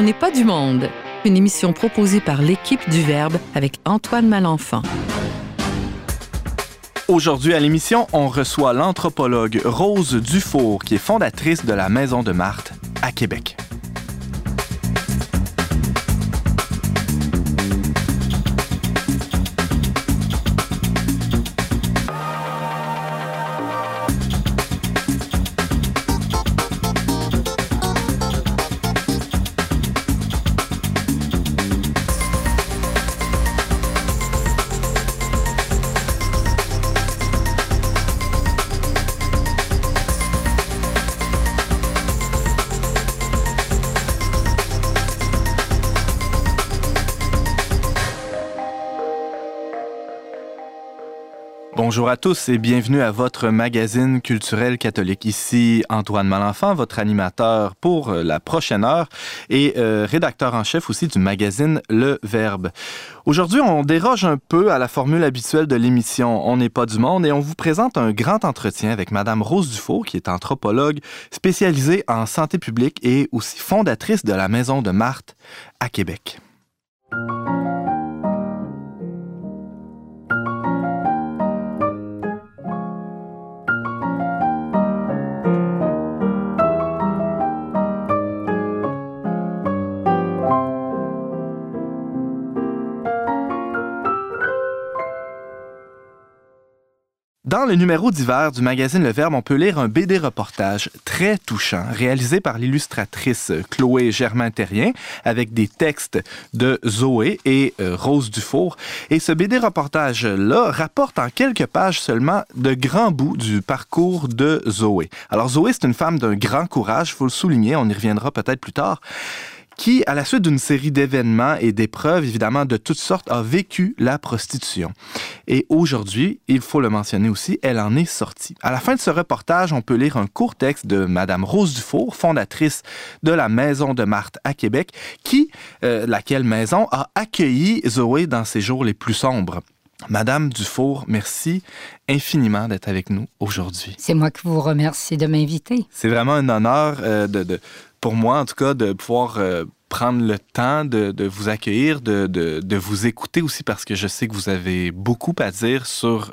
n'est pas du monde. Une émission proposée par l'équipe du Verbe avec Antoine Malenfant. Aujourd'hui à l'émission, on reçoit l'anthropologue Rose Dufour, qui est fondatrice de la Maison de Marthe à Québec. Bonjour à tous et bienvenue à votre magazine culturel catholique. Ici Antoine Malenfant, votre animateur pour la prochaine heure et rédacteur en chef aussi du magazine Le Verbe. Aujourd'hui, on déroge un peu à la formule habituelle de l'émission On n'est pas du monde et on vous présente un grand entretien avec Madame Rose Dufour, qui est anthropologue spécialisée en santé publique et aussi fondatrice de la Maison de Marthe à Québec. Dans le numéro d'hiver du magazine Le Verbe, on peut lire un BD-reportage très touchant, réalisé par l'illustratrice Chloé Germain-Terrien, avec des textes de Zoé et Rose Dufour. Et ce BD-reportage-là rapporte en quelques pages seulement de grands bouts du parcours de Zoé. Alors Zoé, c'est une femme d'un grand courage, il faut le souligner, on y reviendra peut-être plus tard, qui, à la suite d'une série d'événements et d'épreuves, évidemment, de toutes sortes, a vécu la prostitution. Et aujourd'hui, il faut le mentionner aussi, elle en est sortie. À la fin de ce reportage, on peut lire un court texte de Madame Rose Dufour, fondatrice de la Maison de Marthe à Québec, laquelle maison a accueilli Zoé dans ses jours les plus sombres. Madame Dufour, merci infiniment d'être avec nous aujourd'hui. C'est moi qui vous remercie de m'inviter. C'est vraiment un honneur pour moi, en tout cas, de pouvoir prendre le temps de vous accueillir, de vous écouter aussi, parce que je sais que vous avez beaucoup à dire sur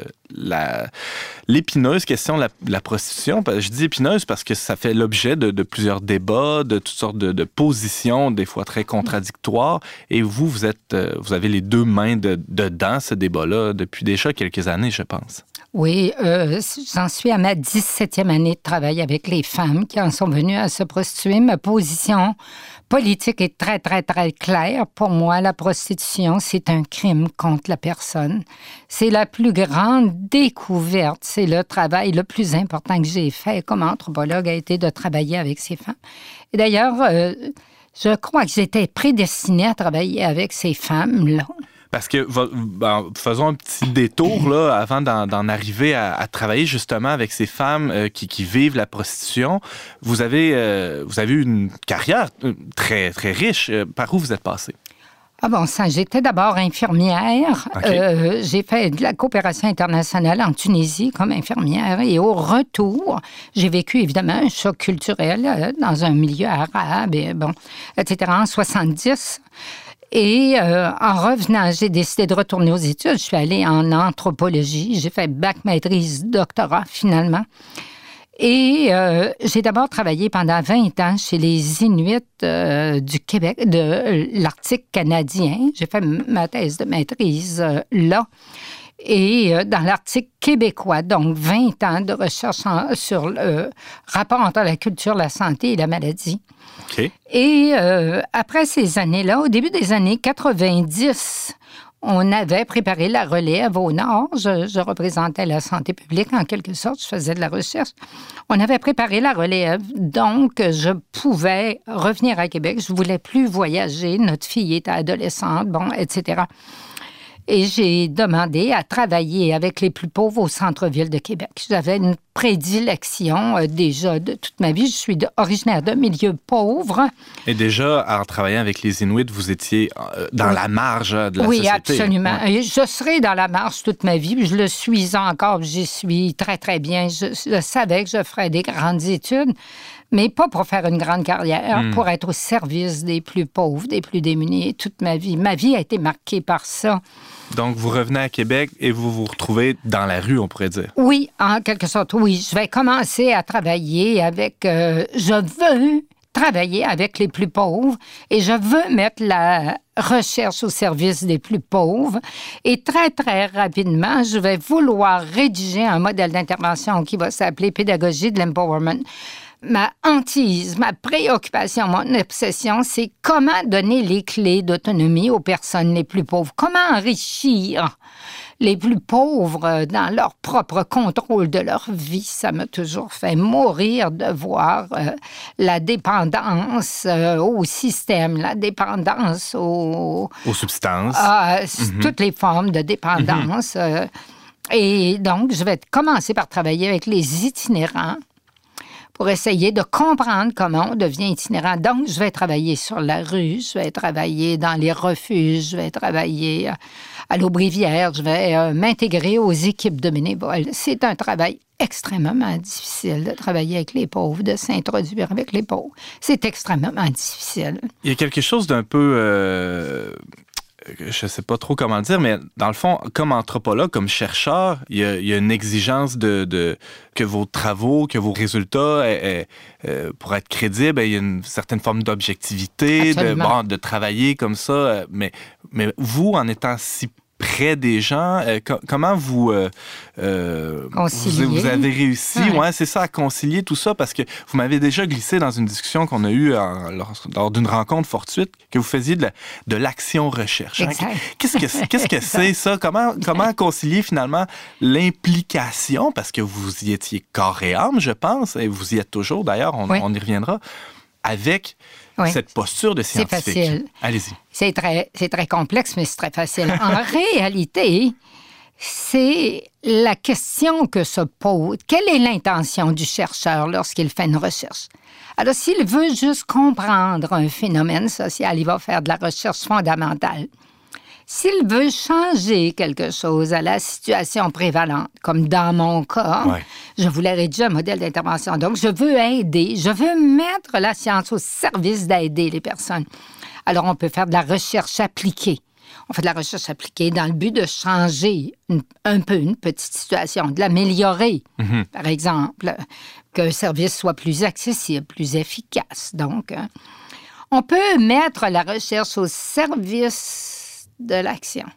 l'épineuse question de la prostitution. Je dis épineuse parce que ça fait l'objet de plusieurs débats, de toutes sortes de positions, des fois très contradictoires. Et vous avez les deux mains dedans, ce débat-là, depuis déjà quelques années, je pense. Oui, j'en suis à ma 17e année de travail avec les femmes qui en sont venues à se prostituer. Ma position politique est très, très, très claire. Pour moi, la prostitution, c'est un crime contre la personne. C'est la plus grande découverte. C'est le travail le plus important que j'ai fait comme anthropologue, a été de travailler avec ces femmes. Et d'ailleurs, je crois que j'étais prédestinée à travailler avec ces femmes-là. Parce que, faisons un petit détour là, avant d'en arriver à travailler justement avec ces femmes qui vivent la prostitution. Vous avez eu une carrière très, très riche. Par où vous êtes passée? Ah bon sang, j'étais d'abord infirmière. Okay. J'ai fait de la coopération internationale en Tunisie comme infirmière. Et au retour, j'ai vécu évidemment un choc culturel dans un milieu arabe, etc. en 70. Et en revenant, j'ai décidé de retourner aux études. Je suis allée en anthropologie. J'ai fait bac, maîtrise, doctorat, finalement. Et j'ai d'abord travaillé pendant 20 ans chez les Inuits du Québec, de l'Arctique canadien. J'ai fait ma thèse de maîtrise là. Et dans l'Arctique québécois, donc 20 ans de recherche sur le rapport entre la culture, la santé et la maladie. Okay. Et après ces années-là, au début des années 90, on avait préparé la relève au Nord. Je représentais la santé publique en quelque sorte, je faisais de la recherche. On avait préparé la relève, donc je pouvais revenir à Québec. Je ne voulais plus voyager, notre fille était adolescente, etc. Et j'ai demandé à travailler avec les plus pauvres au centre-ville de Québec. J'avais une prédilection déjà de toute ma vie. Je suis originaire d'un milieu pauvre. Et déjà, en travaillant avec les Inuits, vous étiez dans la marge de la société. Oui, absolument. Ouais. Je serai dans la marge toute ma vie. Puis je le suis encore. J'y suis très, très bien. Je savais que je ferais des grandes études, mais pas pour faire une grande carrière, pour être au service des plus pauvres, des plus démunis. Toute ma vie. Ma vie a été marquée par ça. Donc, vous revenez à Québec et vous vous retrouvez dans la rue, on pourrait dire. Oui, en quelque sorte, oui. Je vais commencer à travailler avec... je veux travailler avec les plus pauvres et je veux mettre la recherche au service des plus pauvres. Et très, très rapidement, je vais vouloir rédiger un modèle d'intervention qui va s'appeler « Pédagogie de l'empowerment ». Ma hantise, ma préoccupation, mon obsession, c'est comment donner les clés d'autonomie aux personnes les plus pauvres. Comment enrichir les plus pauvres dans leur propre contrôle de leur vie. Ça m'a toujours fait mourir de voir la dépendance au système, la dépendance aux substances. Toutes les formes de dépendance. Et donc, je vais commencer par travailler avec les itinérants pour essayer de comprendre comment on devient itinérant. Donc, je vais travailler sur la rue, je vais travailler dans les refuges, je vais travailler à l'Aube-Rivière, je vais m'intégrer aux équipes de bénévoles. C'est un travail extrêmement difficile de travailler avec les pauvres, de s'introduire avec les pauvres. C'est extrêmement difficile. Il y a quelque chose d'un peu... je ne sais pas trop comment dire, mais dans le fond, comme anthropologue, comme chercheur, il y a une exigence que vos travaux, que vos résultats, pour être crédibles, il y a une certaine forme d'objectivité, de travailler comme ça. Mais vous, en étant si près des gens, comment vous avez réussi, c'est ça, à concilier tout ça, parce que vous m'avez déjà glissé dans une discussion qu'on a eue lors d'une rencontre fortuite, que vous faisiez de l'action-recherche. Hein? Qu'est-ce que c'est ça? Comment concilier finalement l'implication, parce que vous y étiez corps et âme, je pense, et vous y êtes toujours d'ailleurs, on y reviendra, avec cette posture de scientifique. C'est facile. Allez-y. C'est très complexe, mais c'est très facile. En réalité, c'est la question que se pose. Quelle est l'intention du chercheur lorsqu'il fait une recherche? Alors, s'il veut juste comprendre un phénomène social, il va faire de la recherche fondamentale. S'il veut changer quelque chose à la situation prévalente, comme dans mon cas, je voulais rédiger un modèle d'intervention. Donc, je veux aider, je veux mettre la science au service d'aider les personnes. Alors, on peut faire de la recherche appliquée. On fait de la recherche appliquée dans le but de changer un peu une petite situation, de l'améliorer, par exemple, qu'un service soit plus accessible, plus efficace. Donc, on peut mettre la recherche au service de l'action.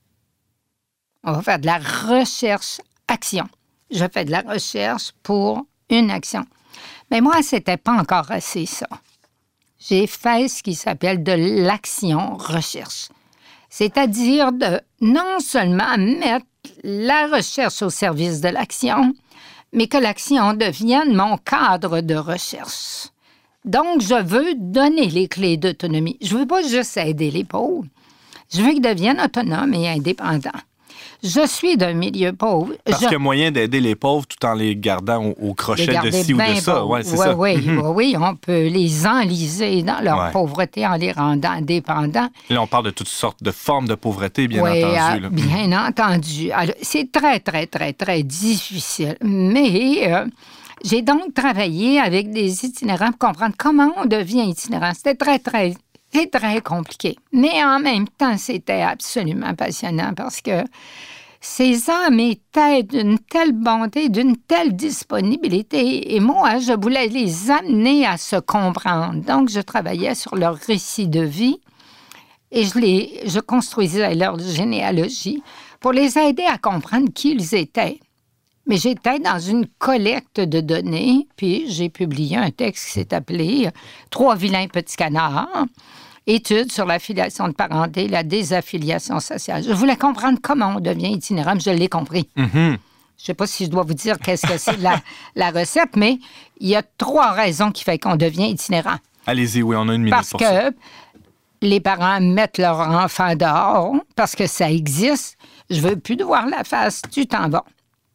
On va faire de la recherche-action. Je fais de la recherche pour une action. Mais moi, c'était pas encore assez ça. J'ai fait ce qui s'appelle de l'action-recherche. C'est-à-dire de non seulement mettre la recherche au service de l'action, mais que l'action devienne mon cadre de recherche. Donc, je veux donner les clés d'autonomie. Je veux pas juste aider les pauvres. Je veux qu'ils deviennent autonomes et indépendants. Je suis d'un milieu pauvre. Parce qu'il y a moyen d'aider les pauvres tout en les gardant au crochet de ci ou de ça. Oui, on peut les enliser dans leur pauvreté en les rendant indépendants. Là, on parle de toutes sortes de formes de pauvreté, bien entendu. Bien entendu. Alors, c'est très, très, très, très difficile. Mais j'ai donc travaillé avec des itinérants pour comprendre comment on devient itinérant. C'était c'est très compliqué. Mais en même temps, c'était absolument passionnant parce que ces hommes étaient d'une telle bonté, d'une telle disponibilité. Et moi, je voulais les amener à se comprendre. Donc, je travaillais sur leur récit de vie et je construisais leur généalogie pour les aider à comprendre qui ils étaient. Mais j'étais dans une collecte de données, puis j'ai publié un texte qui s'est appelé « 3 vilains petits canards ». Études sur l'affiliation de parenté, la désaffiliation sociale. Je voulais comprendre comment on devient itinérant, je l'ai compris. Je ne sais pas si je dois vous dire qu'est-ce que c'est la recette, mais il y a 3 raisons qui font qu'on devient itinérant. Allez-y, oui, on a une minute pour ça. Parce que les parents mettent leur enfant dehors parce que ça existe. Je veux plus de voir la face, tu t'en vas.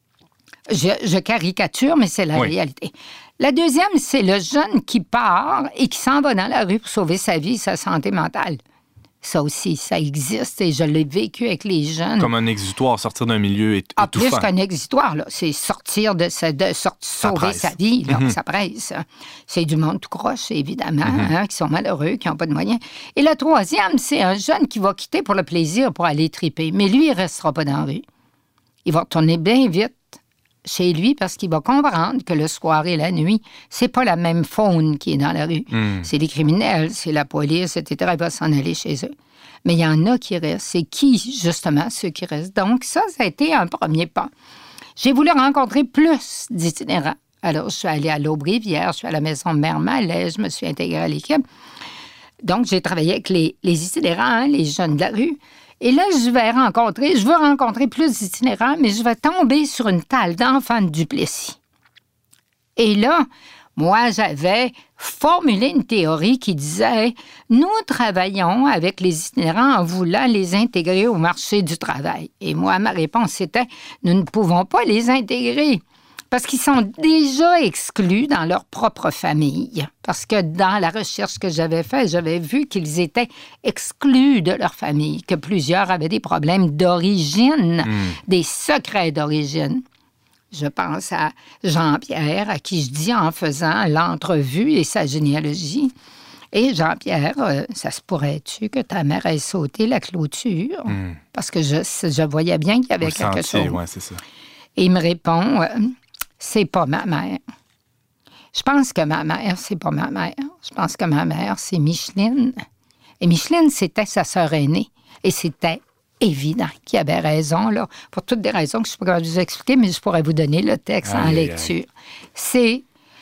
Je caricature, mais c'est la réalité. La deuxième, c'est le jeune qui part et qui s'en va dans la rue pour sauver sa vie et sa santé mentale. Ça aussi, ça existe et je l'ai vécu avec les jeunes. Comme un exutoire, sortir d'un milieu étouffant. Plus qu'un exutoire, là. C'est sortir sauver sa vie, là, ça presse. C'est du monde tout croche, évidemment, qui sont malheureux, qui n'ont pas de moyens. Et la troisième, c'est un jeune qui va quitter pour le plaisir, pour aller triper. Mais lui, il ne restera pas dans la rue. Il va retourner bien vite chez lui parce qu'il va comprendre que le soir et la nuit, c'est pas la même faune qui est dans la rue. C'est les criminels, c'est la police, etc. Il va s'en aller chez eux. Mais il y en a qui restent. C'est qui, justement, ceux qui restent? Donc, ça a été un premier pas. J'ai voulu rencontrer plus d'itinérants. Alors, je suis allée à l'Aube-Rivière, je suis à la Maison Mère Malais, je me suis intégrée à l'équipe. Donc, j'ai travaillé avec les itinérants, les jeunes de la rue. Et là, je veux rencontrer plus d'itinérants, mais je vais tomber sur une table d'enfants de Duplessis. Et là, moi, j'avais formulé une théorie qui disait « Nous travaillons avec les itinérants en voulant les intégrer au marché du travail. » Et moi, ma réponse, c'était « Nous ne pouvons pas les intégrer. » Parce qu'ils sont déjà exclus dans leur propre famille. Parce que dans la recherche que j'avais faite, j'avais vu qu'ils étaient exclus de leur famille, que plusieurs avaient des problèmes d'origine, des secrets d'origine. Je pense à Jean-Pierre, à qui je dis en faisant l'entrevue et sa généalogie. Et Jean-Pierre, ça se pourrait-tu que ta mère ait sauté la clôture? Parce que je voyais bien qu'il y avait quelque chose. Ouais, c'est ça. Et il me répond... c'est pas ma mère. Je pense que ma mère, c'est pas ma mère. Je pense que ma mère, c'est Micheline. Et Micheline, c'était sa sœur aînée. Et c'était évident qu'il avait raison, là, pour toutes des raisons que je ne pourrais pas vous expliquer, mais je pourrais vous donner le texte en lecture. C'est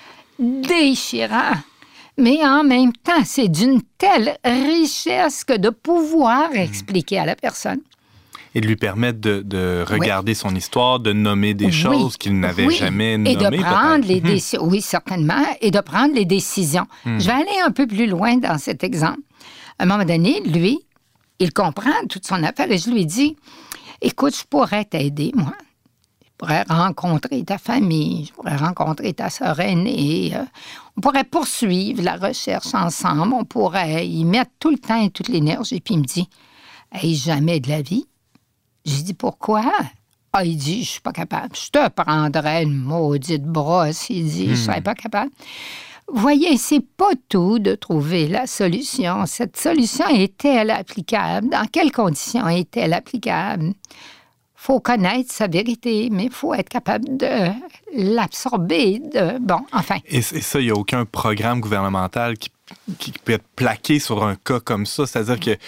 déchirant. Mais en même temps, c'est d'une telle richesse que de pouvoir expliquer à la personne. Et de lui permettre de regarder son histoire, de nommer des choses qu'il n'avait jamais nommées. Et de prendre les décisions. Oui, certainement. Et de prendre les décisions. Je vais aller un peu plus loin dans cet exemple. À un moment donné, lui, il comprend toute son affaire et je lui dis, écoute, je pourrais t'aider, moi. Je pourrais rencontrer ta famille, je pourrais rencontrer ta sœur aînée. On pourrait poursuivre la recherche ensemble. On pourrait y mettre tout le temps et toute l'énergie. Puis il me dit, hey, jamais de la vie. J'ai dit, pourquoi? Ah, il dit, je suis pas capable. Je te prendrais une maudite brosse. Il dit, je serais pas capable. Vous voyez, c'est pas tout de trouver la solution. Cette solution est-elle applicable? Dans quelles conditions est-elle applicable? Il faut connaître sa vérité, mais il faut être capable de l'absorber. Bon, enfin. Et ça, il n'y a aucun programme gouvernemental qui peut être plaqué sur un cas comme ça? C'est-à-dire que...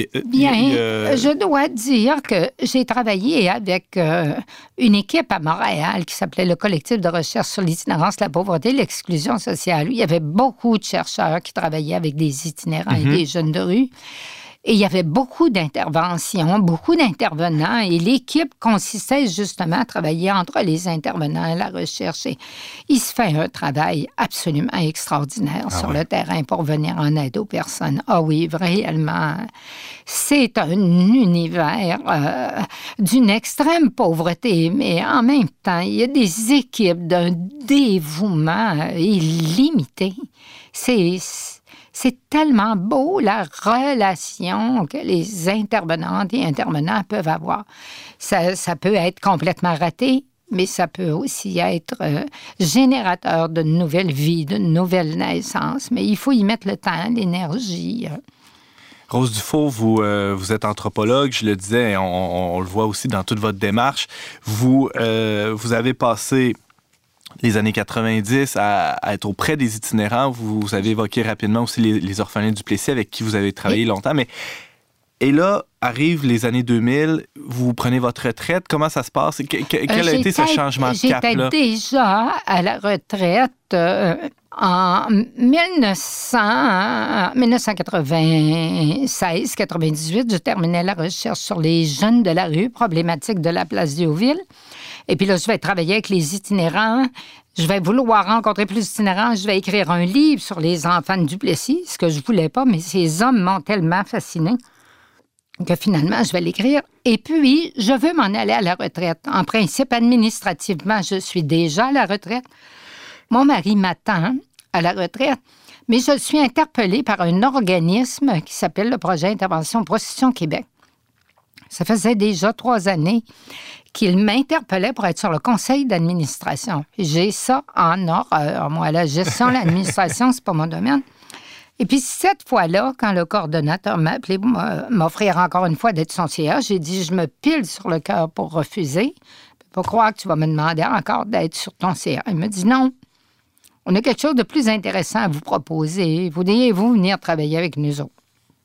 Je dois dire que j'ai travaillé avec une équipe à Montréal qui s'appelait le Collectif de recherche sur l'itinérance, la pauvreté et l'exclusion sociale. Il y avait beaucoup de chercheurs qui travaillaient avec des itinérants et des jeunes de rue. Et il y avait beaucoup d'interventions, beaucoup d'intervenants, et l'équipe consistait justement à travailler entre les intervenants et la recherche. Et il se fait un travail absolument extraordinaire sur le terrain pour venir en aide aux personnes. Ah oui, réellement, c'est un univers d'une extrême pauvreté, mais en même temps, il y a des équipes d'un dévouement illimité. C'est tellement beau, la relation que les intervenantes et intervenants peuvent avoir. Ça peut être complètement raté, mais ça peut aussi être générateur de nouvelles vies, de nouvelles naissances. Mais il faut y mettre le temps, l'énergie. Rose Dufault, vous êtes anthropologue, je le disais, on le voit aussi dans toute votre démarche. Vous avez passé les années 90 à être auprès des itinérants. Vous avez évoqué rapidement aussi les orphelins du Duplessis avec qui vous avez travaillé longtemps. Et là, arrivent les années 2000, vous prenez votre retraite. Comment ça se passe? Quel a été ce changement de cap-là? J'étais déjà à la retraite en 1996-98. Je terminais la recherche sur les jeunes de la rue, problématique de la place Diouville. Et puis là, je vais travailler avec les itinérants. Je vais vouloir rencontrer plus d'itinérants. Je vais écrire un livre sur les enfants de Duplessis, ce que je voulais pas, mais ces hommes m'ont tellement fascinée que finalement, je vais l'écrire. Et puis, je veux m'en aller à la retraite. En principe, administrativement, je suis déjà à la retraite. Mon mari m'attend à la retraite, mais je suis interpellée par un organisme qui s'appelle le Projet Intervention Prostitution Québec. Ça faisait déjà 3 années qu'il m'interpellait pour être sur le conseil d'administration. J'ai ça en horreur, moi. La gestion, l'administration, c'est pas mon domaine. Et puis, cette fois-là, quand le coordonnateur m'a appelé pour m'offrir encore une fois d'être son CA, j'ai dit, je me pile sur le cœur pour refuser. Pas croire que tu vas me demander encore d'être sur ton CA. Il me dit, non, on a quelque chose de plus intéressant à vous proposer. Voudriez-vous venir travailler avec nous autres?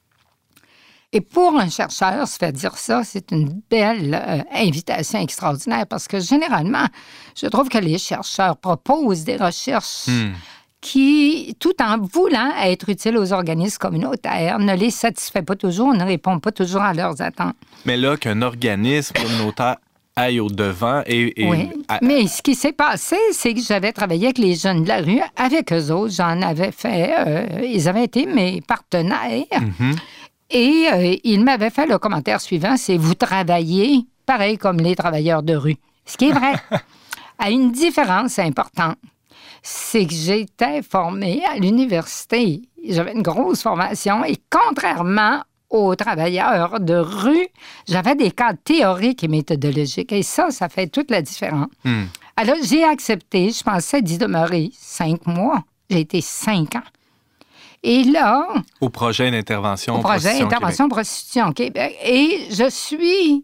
Et pour un chercheur, se faire dire ça, c'est une belle invitation extraordinaire parce que généralement, je trouve que les chercheurs proposent des recherches qui, tout en voulant être utiles aux organismes communautaires, ne les satisfait pas toujours, ne répond pas toujours à leurs attentes. Mais là, qu'un organisme communautaire aille au-devant et oui, mais ce qui s'est passé, c'est que j'avais travaillé avec les jeunes de la rue, avec eux autres, j'en avais fait, ils avaient été mes partenaires. Et il m'avait fait le commentaire suivant, c'est « Vous travaillez pareil comme les travailleurs de rue ». Ce qui est vrai, à une différence importante, c'est que j'étais formée à l'université. J'avais une grosse formation et contrairement aux travailleurs de rue, j'avais des cadres théoriques et méthodologiques. Et ça fait toute la différence. Alors, j'ai accepté, je pensais d'y demeurer 5 mois. J'ai été 5 ans. Et là... Au projet d'intervention Prostitution Québec. Et je suis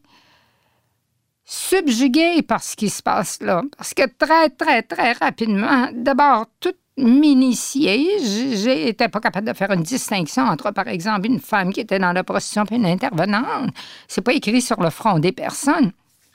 subjuguée par ce qui se passe là. Parce que très, très, très rapidement, d'abord, toute m'initier, j'étais pas capable de faire une distinction entre, par exemple, une femme qui était dans la prostitution et une intervenante. C'est pas écrit sur le front des personnes.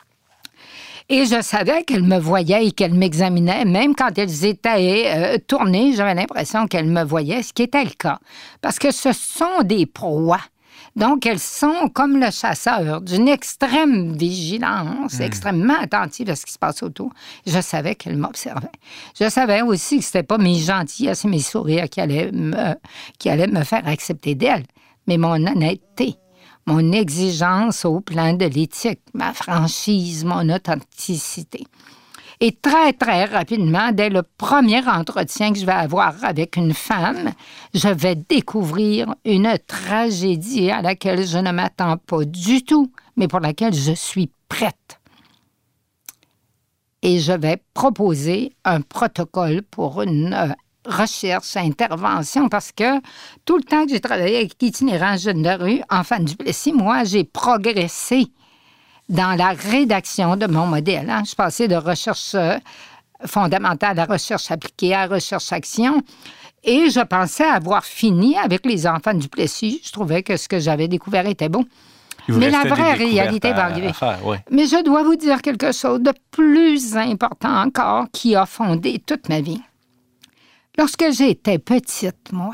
Et je savais qu'elles me voyaient et qu'elles m'examinaient. Même quand elles étaient tournées, j'avais l'impression qu'elles me voyaient, ce qui était le cas. Parce que ce sont des proies. Donc, elles sont comme le chasseur, d'une extrême vigilance, extrêmement attentive à ce qui se passe autour. Je savais qu'elles m'observaient. Je savais aussi que c'était pas mes gentillesses et mes sourires qui allaient me faire accepter d'elles, mais mon honnêteté, mon exigence au plan de l'éthique, ma franchise, mon authenticité. Et très, très rapidement, dès le premier entretien que je vais avoir avec une femme, je vais découvrir une tragédie à laquelle je ne m'attends pas du tout, mais pour laquelle je suis prête. Et je vais proposer un protocole pour une recherche, intervention, parce que tout le temps que j'ai travaillé avec itinérants jeunes de rue, enfants de Duplessis, moi, j'ai progressé dans la rédaction de mon modèle. Je passais de recherche fondamentale à recherche appliquée, à recherche-action. Et je pensais avoir fini avec les enfants de Duplessis. Je trouvais que ce que j'avais découvert était bon. Mais la vraie réalité va arriver. Mais je dois vous dire quelque chose de plus important encore qui a fondé toute ma vie. Lorsque j'étais petite, moi,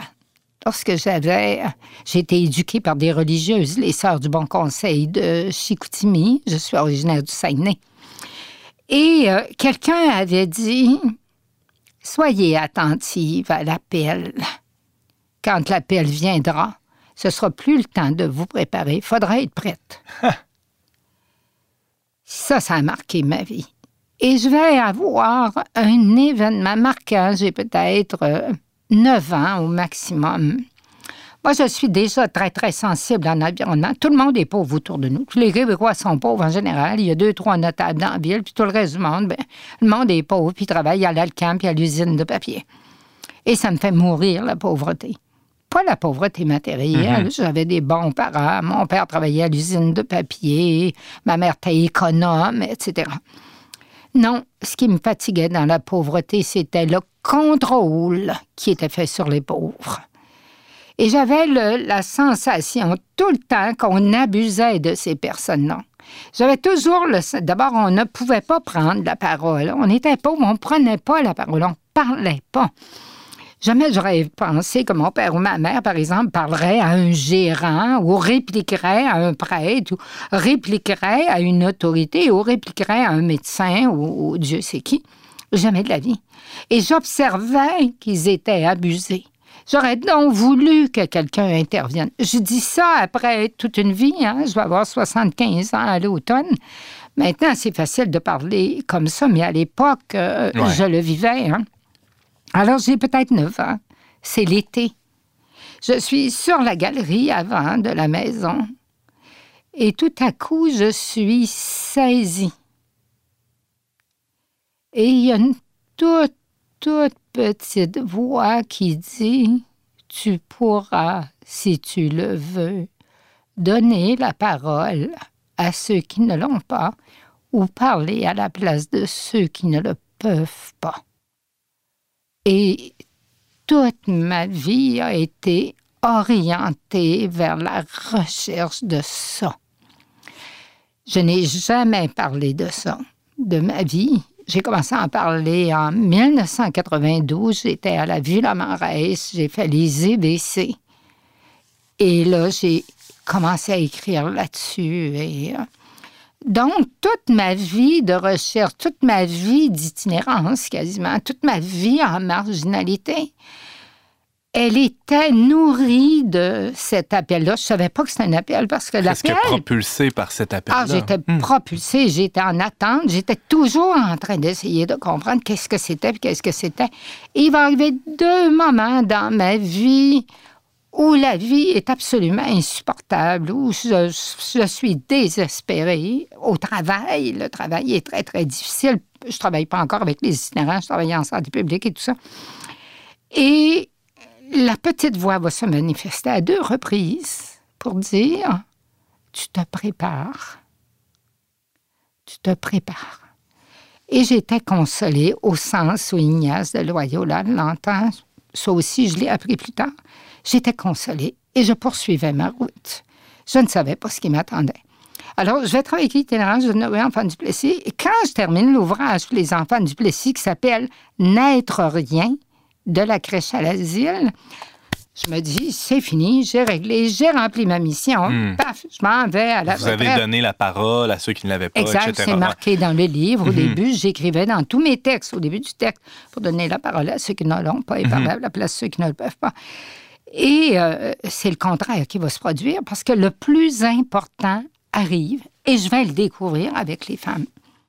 j'ai été éduquée par des religieuses, les Sœurs du Bon Conseil de Chicoutimi. Je suis originaire du Saguenay. Et quelqu'un avait dit, soyez attentive à l'appel. Quand l'appel viendra, ce sera plus le temps de vous préparer. Il faudra être prête. Ça a marqué ma vie. Et je vais avoir un événement marquant. J'ai peut-être 9 ans au maximum. Moi, je suis déjà très, très sensible à l'environnement. Tout le monde est pauvre autour de nous. Tous les Québécois sont pauvres en général. Il y a 2-3 notables dans la ville, puis tout le reste du monde, le monde est pauvre, puis travaille à l'Alcan, puis à l'usine de papier. Et ça me fait mourir, la pauvreté. Pas la pauvreté matérielle. J'avais des bons parents. Mon père travaillait à l'usine de papier. Ma mère était économe, etc. Non, ce qui me fatiguait dans la pauvreté, c'était le contrôle qui était fait sur les pauvres. Et j'avais la sensation tout le temps qu'on abusait de ces personnes-là. J'avais toujours D'abord, on ne pouvait pas prendre la parole. On était pauvres, on ne prenait pas la parole, on ne parlait pas. Jamais j'aurais pensé que mon père ou ma mère, par exemple, parlerait à un gérant ou répliquerait à un prêtre ou répliquerait à une autorité ou répliquerait à un médecin ou Dieu sait qui. Jamais de la vie. Et j'observais qu'ils étaient abusés. J'aurais donc voulu que quelqu'un intervienne. Je dis ça après toute une vie, hein? Je vais avoir 75 ans à l'automne. Maintenant, c'est facile de parler comme ça, mais à l'époque, je le vivais. Hein? Alors, j'ai peut-être 9 ans. C'est l'été. Je suis sur la galerie avant de la maison. Et tout à coup, je suis saisie. Et il y a une toute petite voix qui dit « Tu pourras, si tu le veux, donner la parole à ceux qui ne l'ont pas ou parler à la place de ceux qui ne le peuvent pas. » Et toute ma vie a été orientée vers la recherche de ça. Je n'ai jamais parlé de ça, de ma vie. J'ai commencé à en parler en 1992. J'étais à la Villa Marès, j'ai fait les EBC. Et là, j'ai commencé à écrire là-dessus. Donc, toute ma vie de recherche, toute ma vie d'itinérance quasiment, toute ma vie en marginalité, elle était nourrie de cet appel-là. Je ne savais pas que c'était un appel parce que l'appel... Est-ce que propulsée par cet appel-là? Ah, j'étais propulsée, j'étais en attente, j'étais toujours en train d'essayer de comprendre qu'est-ce que c'était et qu'est-ce que c'était. Et il va arriver 2 moments dans ma vie où la vie est absolument insupportable, où je suis désespérée. Au travail, le travail est très, très difficile. Je ne travaille pas encore avec les itinérants, je travaille en santé publique et tout ça. Et la petite voix va se manifester à 2 reprises pour dire « Tu te prépares. Tu te prépares. » Et j'étais consolée au sens où Ignace de Loyola l'entend. Ça aussi, je l'ai appris plus tard. J'étais consolée et je poursuivais ma route. Je ne savais pas ce qui m'attendait. Alors, je vais travailler avec l'itinérance de Noé Enfant-Duplessis. Et quand je termine l'ouvrage pour les enfants du Plessis qui s'appelle « N'être rien », de la crèche à l'asile, je me dis, c'est fini, j'ai réglé, j'ai rempli ma mission. Paf, je m'en vais à la retraite. Vous avez donné la parole à ceux qui ne l'avaient pas, exact, etc. C'est marqué dans le livre. Au début, j'écrivais dans tous mes textes, au début du texte, pour donner la parole à ceux qui ne l'ont pas et parler à la place de ceux qui ne le peuvent pas. Et c'est le contraire qui va se produire parce que le plus important arrive et je vais le découvrir avec les femmes.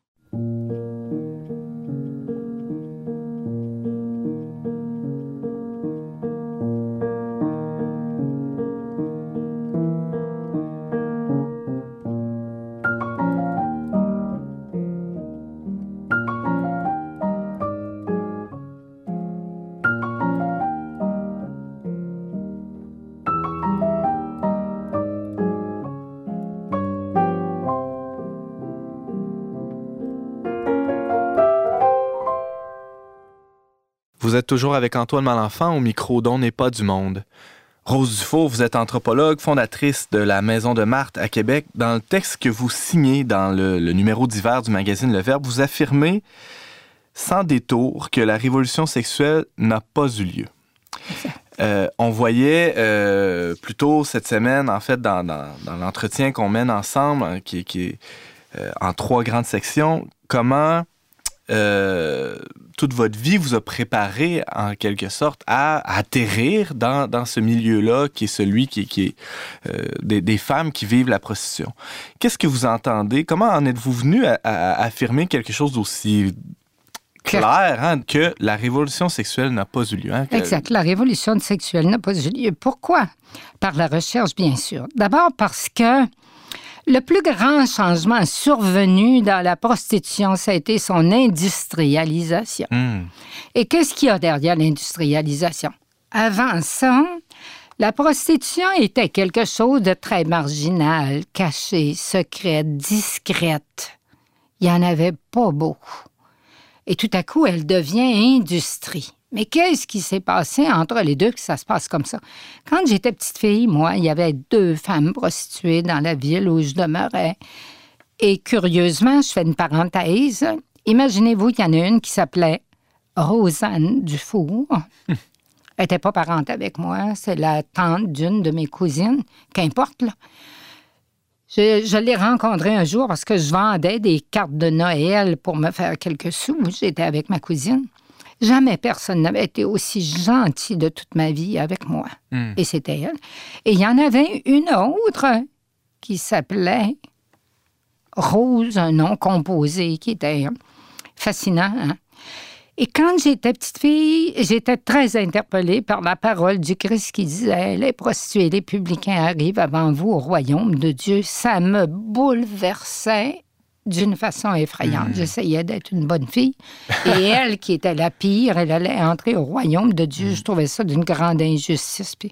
Vous êtes toujours avec Antoine Malenfant au micro d'On n'est pas du monde. Rose Dufault, vous êtes anthropologue, fondatrice de la Maison de Marthe à Québec. Dans le texte que vous signez dans le numéro d'hiver du magazine Le Verbe, vous affirmez sans détour que la révolution sexuelle n'a pas eu lieu. On voyait plus tôt cette semaine, en fait, dans l'entretien qu'on mène ensemble, qui est en 3 grandes sections, comment toute votre vie vous a préparé, en quelque sorte, à atterrir dans ce milieu-là, qui est celui qui est des femmes qui vivent la prostitution. Qu'est-ce que vous entendez? Comment en êtes-vous venu à affirmer quelque chose d'aussi clair, hein, que la révolution sexuelle n'a pas eu lieu? Hein, Exact. La révolution sexuelle n'a pas eu lieu. Pourquoi? Par la recherche, bien sûr. D'abord parce que le plus grand changement survenu dans la prostitution, ça a été son industrialisation. Et qu'est-ce qu'il y a derrière l'industrialisation? Avant ça, la prostitution était quelque chose de très marginal, caché, secret, discrète. Il n'y en avait pas beaucoup. Et tout à coup, elle devient industrie. Mais qu'est-ce qui s'est passé entre les deux que ça se passe comme ça? Quand j'étais petite fille, moi, il y avait 2 femmes prostituées dans la ville où je demeurais. Et curieusement, je fais une parenthèse. Imaginez-vous qu'il y en a une qui s'appelait Rosanne Dufour. Elle n'était pas parente avec moi. C'est la tante d'une de mes cousines. Qu'importe, là. Je l'ai rencontré un jour parce que je vendais des cartes de Noël pour me faire quelques sous. J'étais avec ma cousine. Jamais personne n'avait été aussi gentil de toute ma vie avec moi. Et c'était elle. Et il y en avait une autre qui s'appelait Rose, un nom composé qui était fascinant. Hein? Et quand j'étais petite fille, j'étais très interpellée par la parole du Christ qui disait « Les prostituées, les publicains arrivent avant vous au royaume de Dieu ». Ça me bouleversait d'une façon effrayante. J'essayais d'être une bonne fille. Et elle, qui était la pire, elle allait entrer au royaume de Dieu. Je trouvais ça d'une grande injustice. Puis...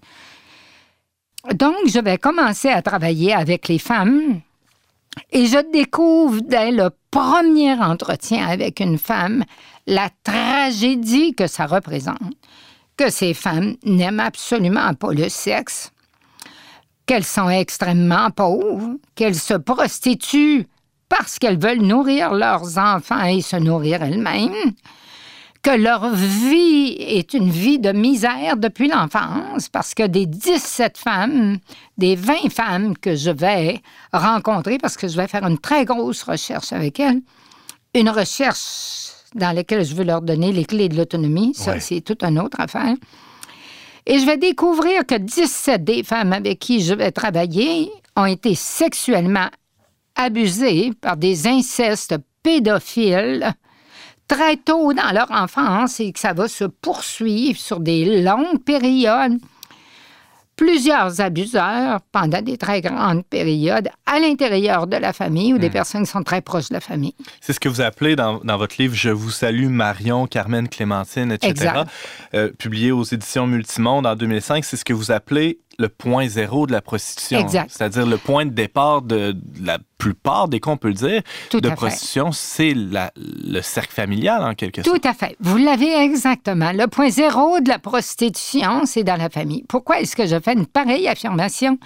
Donc, je vais commencer à travailler avec les femmes. Et je découvre dès le premier entretien avec une femme la tragédie que ça représente, que ces femmes n'aiment absolument pas le sexe, qu'elles sont extrêmement pauvres, qu'elles se prostituent parce qu'elles veulent nourrir leurs enfants et se nourrir elles-mêmes, que leur vie est une vie de misère depuis l'enfance, parce que des 17 femmes, des 20 femmes que je vais rencontrer, parce que je vais faire une très grosse recherche avec elles, une recherche dans laquelle je veux leur donner les clés de l'autonomie, ça, c'est toute une autre affaire. Et je vais découvrir que 17 des femmes avec qui je vais travailler ont été sexuellement abusées par des incestes pédophiles très tôt dans leur enfance et que ça va se poursuivre sur des longues périodes. Plusieurs abuseurs pendant des très grandes périodes à l'intérieur de la famille ou des personnes qui sont très proches de la famille. C'est ce que vous appelez dans votre livre « Je vous salue Marion, Carmen, Clémentine, etc. » publié aux éditions Multimonde en 2005. C'est ce que vous appelez le point zéro de la prostitution. Exact. C'est-à-dire le point de départ de la plupart des cas, on peut le dire, de prostitution, c'est le cercle familial, en quelque sorte. Tout à fait. Vous l'avez exactement. Le point zéro de la prostitution, c'est dans la famille. Pourquoi est-ce que je fais une pareille affirmation?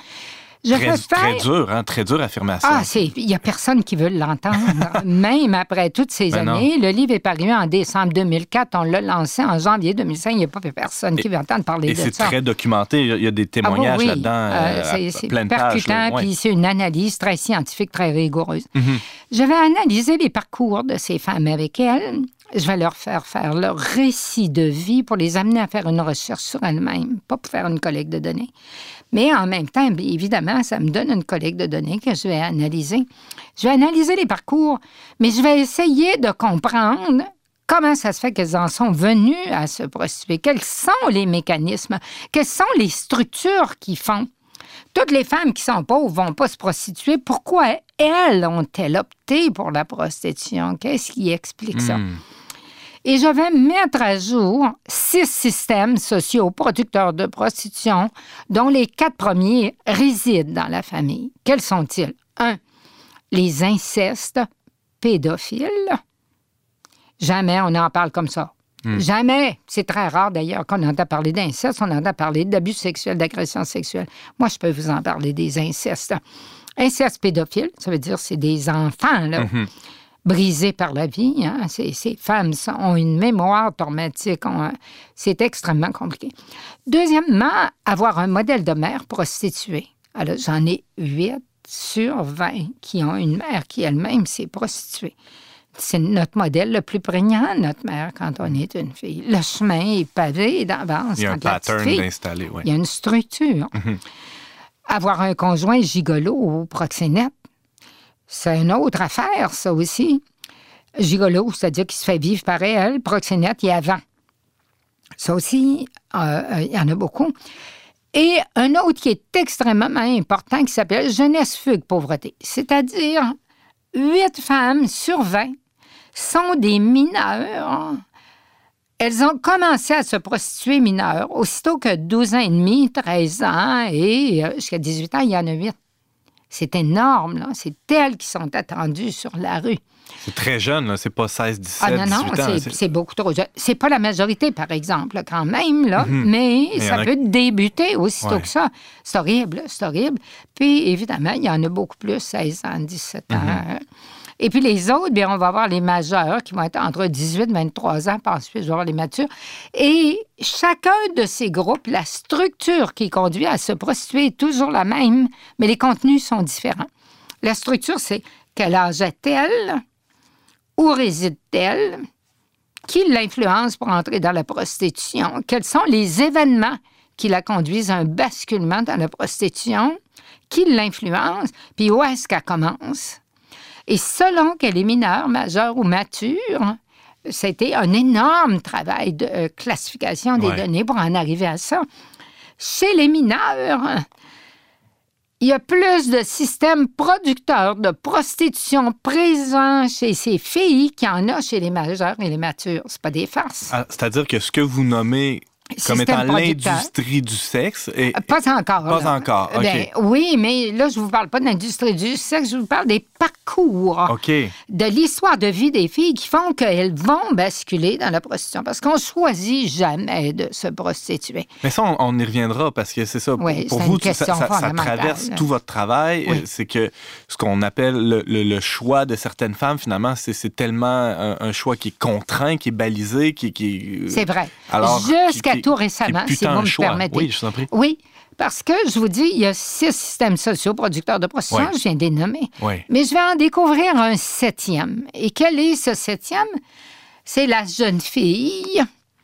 Très dur affirmation. Il n'y a personne qui veut l'entendre. Même après toutes ces années, le livre est paru en décembre 2004, on l'a lancé en janvier 2005, il n'y a pas personne qui veut entendre parler de ça. Et c'est très documenté, il y a des témoignages là-dedans, c'est plein de pages. percutant, puis c'est une analyse très scientifique, très rigoureuse. Je vais analyser les parcours de ces femmes avec elles. Je vais leur faire leur récit de vie pour les amener à faire une recherche sur elles-mêmes, pas pour faire une collecte de données. Mais en même temps, bien évidemment, ça me donne une collecte de données que je vais analyser. Je vais analyser les parcours, mais je vais essayer de comprendre comment ça se fait qu'elles en sont venues à se prostituer. Quels sont les mécanismes? Quelles sont les structures qui font? Toutes les femmes qui sont pauvres ne vont pas se prostituer. Pourquoi elles ont-elles opté pour la prostitution? Qu'est-ce qui explique ça? Et je vais mettre à jour 6 systèmes sociaux producteurs de prostitution, dont les 4 premiers résident dans la famille. Quels sont-ils? 1. Les incestes pédophiles. Jamais on en parle comme ça. Jamais. C'est très rare, d'ailleurs, qu'on entend parler d'inceste. On entend parler d'abus sexuels, d'agression sexuelle. Moi, je peux vous en parler des incestes. Inceste pédophile, ça veut dire c'est des enfants, là. Brisés par la vie. Hein? Ces femmes ont une mémoire traumatique. C'est extrêmement compliqué. Deuxièmement, avoir un modèle de mère prostituée. Alors, j'en ai 8 sur 20 qui ont une mère qui elle-même s'est prostituée. C'est notre modèle le plus prégnant, notre mère, quand on est une fille. Le chemin est pavé d'avance. Il y a un pattern d'installer, oui. Il y a une structure. Avoir un conjoint gigolo ou proxénète, c'est une autre affaire, ça aussi. Gigolo, c'est-à-dire qu'il se fait vivre par elle. Proxénète, il y a avant. Ça aussi, il y en a beaucoup. Et un autre qui est extrêmement important, qui s'appelle jeunesse, fugue, pauvreté. C'est-à-dire 8 femmes sur 20 sont des mineurs. Elles ont commencé à se prostituer mineures. Aussitôt que 12 ans et demi, 13 ans et jusqu'à 18 ans, il y en a 8. C'est énorme, là. C'est elles qui sont attendues sur la rue. C'est très jeune, là. C'est pas 16, 17, 18 ans. C'est beaucoup trop jeune. C'est pas la majorité, par exemple, quand même, là, mais ça peut débuter aussitôt que ça. C'est horrible, c'est horrible. Puis, évidemment, il y en a beaucoup plus, 16 ans, 17 ans. Et puis les autres, bien, on va avoir les majeurs qui vont être entre 18 et 23 ans, puis ensuite, je vais avoir les matures. Et chacun de ces groupes, la structure qui conduit à se prostituer est toujours la même, mais les contenus sont différents. La structure, c'est quel âge a-t-elle? Où réside-t-elle? Qui l'influence pour entrer dans la prostitution? Quels sont les événements qui la conduisent à un basculement dans la prostitution? Qui l'influence? Puis où est-ce qu'elle commence? Et selon qu'elle est mineure, majeure ou mature, c'était un énorme travail de classification des données pour en arriver à ça. Chez les mineurs, il y a plus de systèmes producteurs de prostitution présents chez ces filles qu'il y en a chez les majeurs et les matures. C'est pas des farces. C'est-à-dire que ce que vous nommez comme étant l'industrie du sexe... Pas encore. Pas là. encore, OK. Ben, oui, mais là, je vous parle pas de l'industrie du sexe, je vous parle des parcours. OK. De l'histoire de vie des filles qui font qu'elles vont basculer dans la prostitution. Parce qu'on choisit jamais de se prostituer. Mais ça, on y reviendra parce que c'est ça. Oui, pour c'est vous, une question ça fondamentale. traverse tout votre travail. Oui. C'est que ce qu'on appelle le choix de certaines femmes, finalement, c'est tellement un choix qui est contraint, qui est balisé, qui... C'est vrai. Alors, jusqu'à tout récemment, si vous me permettez. Oui, je vous en prie. Oui, parce que je vous dis, il y a 6 systèmes sociaux producteurs de prostitution, je viens de les nommer. Oui. Mais je vais en découvrir un 7e. Et quel est ce 7e? C'est la jeune fille,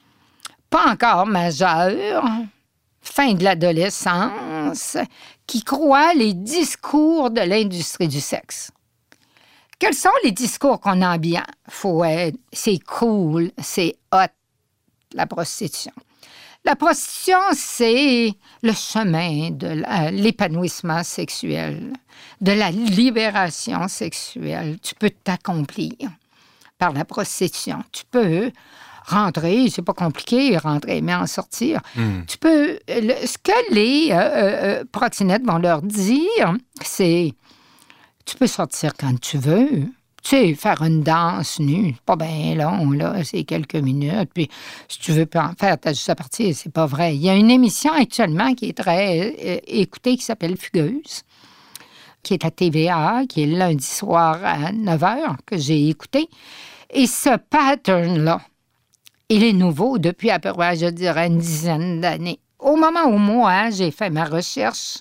pas encore majeure, fin de l'adolescence, qui croit les discours de l'industrie du sexe. Quels sont les discours qu'on a bien? C'est cool, c'est hot, la prostitution. La prostitution, c'est le chemin de l'épanouissement sexuel, de la libération sexuelle. Tu peux t'accomplir par la prostitution. Tu peux rentrer, c'est pas compliqué, rentrer, mais en sortir. Tu peux... ce que les proxénètes vont leur dire, c'est... Tu peux sortir quand tu veux. Tu sais, faire une danse nue, pas bien long, là, c'est quelques minutes. Puis, si tu veux pas en faire, t'as juste à partir, c'est pas vrai. Il y a une émission actuellement qui est très écoutée, qui s'appelle Fugueuse, qui est à TVA, qui est lundi soir à 9h, que j'ai écouté. Et ce pattern-là, il est nouveau depuis à peu près, je dirais, une dizaine d'années. Au moment où moi, j'ai fait ma recherche,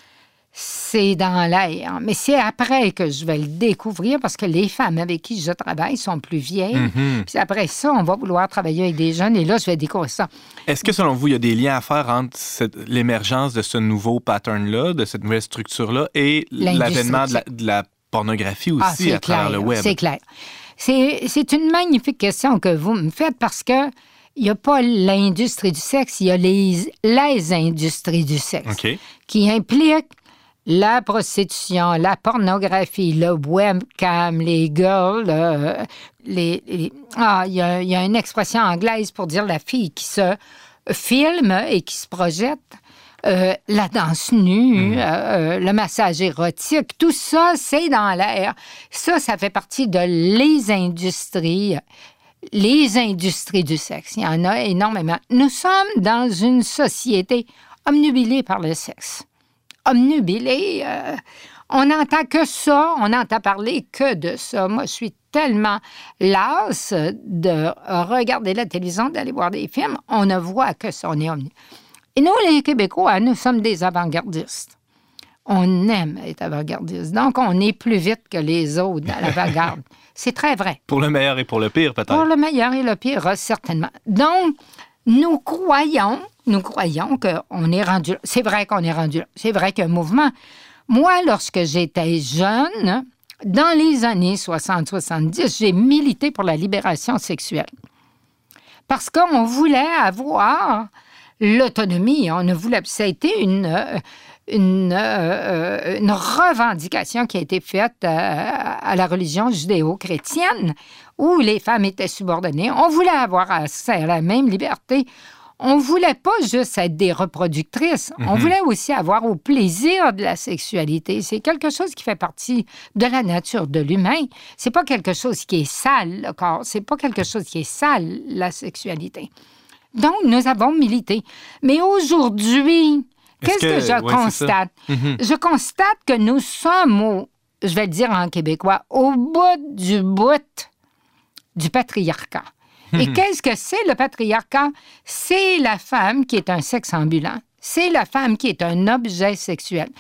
c'est dans l'air. Mais c'est après que je vais le découvrir parce que les femmes avec qui je travaille sont plus vieilles. Puis après ça, on va vouloir travailler avec des jeunes et là, je vais découvrir ça. Est-ce que, selon vous, il y a des liens à faire entre l'émergence de ce nouveau pattern-là, de cette nouvelle structure-là et l'avènement de la pornographie aussi à travers le web? C'est clair. C'est une magnifique question que vous me faites parce que il n'y a pas l'industrie du sexe, il y a les industries du sexe qui impliquent la prostitution, la pornographie, le webcam, les girls, il y a une expression anglaise pour dire la fille qui se filme et qui se projette, la danse nue, le massage érotique, tout ça, c'est dans l'air. Ça fait partie de les industries du sexe. Il y en a énormément. Nous sommes dans une société omnubilée par le sexe. Omnubilée, on n'entend que ça, on n'entend parler que de ça. Moi, je suis tellement lasse de regarder la télévision, d'aller voir des films, on ne voit que ça, on est omnubilé. Et nous, les Québécois, nous sommes des avant-gardistes. On aime être avant-gardiste. Donc, on est plus vite que les autres dans l'avant-garde. C'est très vrai. Pour le meilleur et pour le pire, peut-être. Pour le meilleur et le pire, certainement. Donc, nous croyons qu'on est rendu là. C'est vrai qu'on est rendu là. C'est vrai qu'un mouvement... Moi, lorsque j'étais jeune, dans les années 60-70, j'ai milité pour la libération sexuelle. Parce qu'on voulait avoir l'autonomie. On ne voulait... Ça a été une revendication qui a été faite à la religion judéo-chrétienne où les femmes étaient subordonnées. On voulait avoir accès à la même liberté. On ne voulait pas juste être des reproductrices. On voulait aussi avoir au plaisir de la sexualité. C'est quelque chose qui fait partie de la nature de l'humain. C'est pas quelque chose qui est sale, le corps. C'est pas quelque chose qui est sale, la sexualité. Donc, nous avons milité. Mais aujourd'hui... Qu'est-ce que je constate? Je constate que nous sommes, je vais le dire en québécois, au bout du patriarcat. Et qu'est-ce que c'est le patriarcat? C'est la femme qui est un sexe ambulant. C'est la femme qui est un objet sexuel.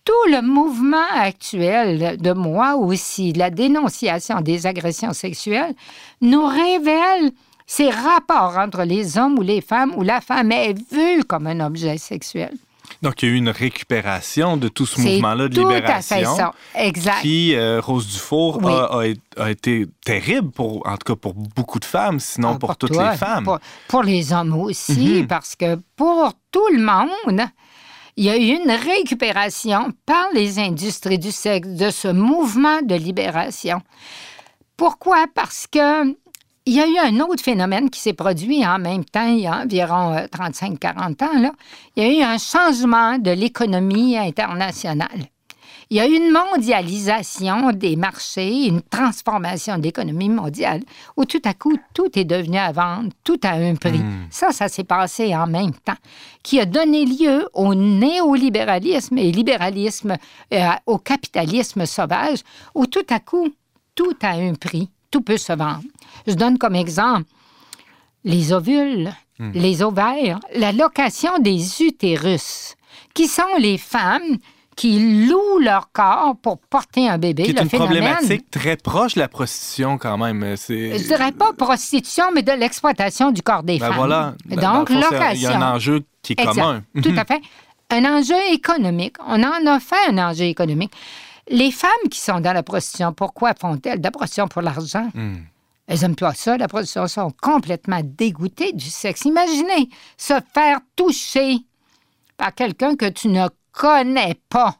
tout le mouvement actuel de moi aussi, la dénonciation des agressions sexuelles, nous révèle ces rapports entre les hommes ou les femmes où la femme est vue comme un objet sexuel. Donc, il y a eu une récupération de tout ce mouvement-là de libération. C'est tout à fait ça, exact. Qui, Rose Dufour, a été terrible, en tout cas pour beaucoup de femmes, sinon pour toutes les femmes. Pour les hommes aussi, parce que pour tout le monde, il y a eu une récupération par les industries du sexe de ce mouvement de libération. Pourquoi? Parce que il y a eu un autre phénomène qui s'est produit en même temps, il y a environ 35-40 ans. Là. Il y a eu un changement de l'économie internationale. Il y a eu une mondialisation des marchés, une transformation de l'économie mondiale, où tout à coup, tout est devenu à vendre, tout à un prix. Ça s'est passé en même temps, qui a donné lieu au néolibéralisme et au capitalisme sauvage, où tout à coup, tout a un prix. Tout peut se vendre. Je donne comme exemple les ovules, les ovaires, la location des utérus, qui sont les femmes qui louent leur corps pour porter un bébé. C'est une problématique très proche de la prostitution quand même. Je dirais pas prostitution, mais de l'exploitation du corps des femmes. Voilà. Donc, location. Il y a un enjeu qui est commun. Tout à fait. Un enjeu économique. On en a fait un enjeu économique. Les femmes qui sont dans la prostitution, pourquoi font-elles de la prostitution pour l'argent? Elles n'aiment pas ça, la prostitution. Elles sont complètement dégoûtées du sexe. Imaginez se faire toucher par quelqu'un que tu ne connais pas,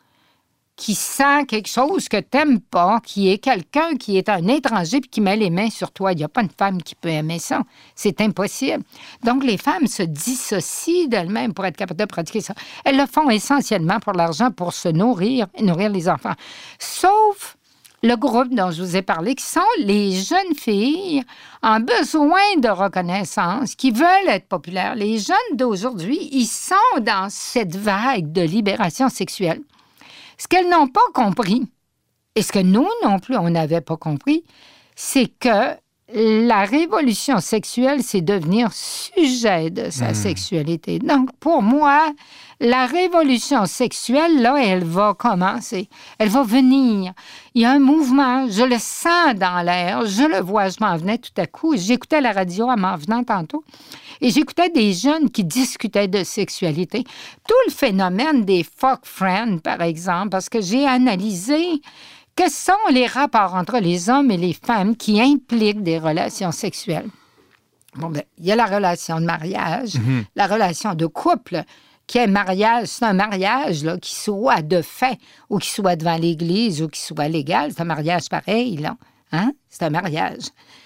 qui sent quelque chose que tu n'aimes pas, qui est quelqu'un qui est un étranger puis qui met les mains sur toi. Il n'y a pas une femme qui peut aimer ça. C'est impossible. Donc, les femmes se dissocient d'elles-mêmes pour être capables de pratiquer ça. Elles le font essentiellement pour l'argent, pour se nourrir et nourrir les enfants. Sauf le groupe dont je vous ai parlé, qui sont les jeunes filles en besoin de reconnaissance, qui veulent être populaires. Les jeunes d'aujourd'hui, ils sont dans cette vague de libération sexuelle. Ce qu'elles n'ont pas compris, et ce que nous non plus, on n'avait pas compris, c'est que la révolution sexuelle, c'est devenir sujet de sa sexualité. Donc, pour moi, la révolution sexuelle, là, elle va commencer. Elle va venir. Il y a un mouvement, je le sens dans l'air, je le vois, je m'en venais tout à coup. J'écoutais la radio en m'en venant tantôt. Et j'écoutais des jeunes qui discutaient de sexualité. Tout le phénomène des fuck friends, par exemple, parce que j'ai analysé quels sont les rapports entre les hommes et les femmes qui impliquent des relations sexuelles. Bon, bien, il y a la relation de mariage, la relation de couple, qui est mariage, c'est un mariage là, qui soit de fait ou qui soit devant l'Église ou qui soit légal. C'est un mariage pareil, là. Hein? C'est un mariage.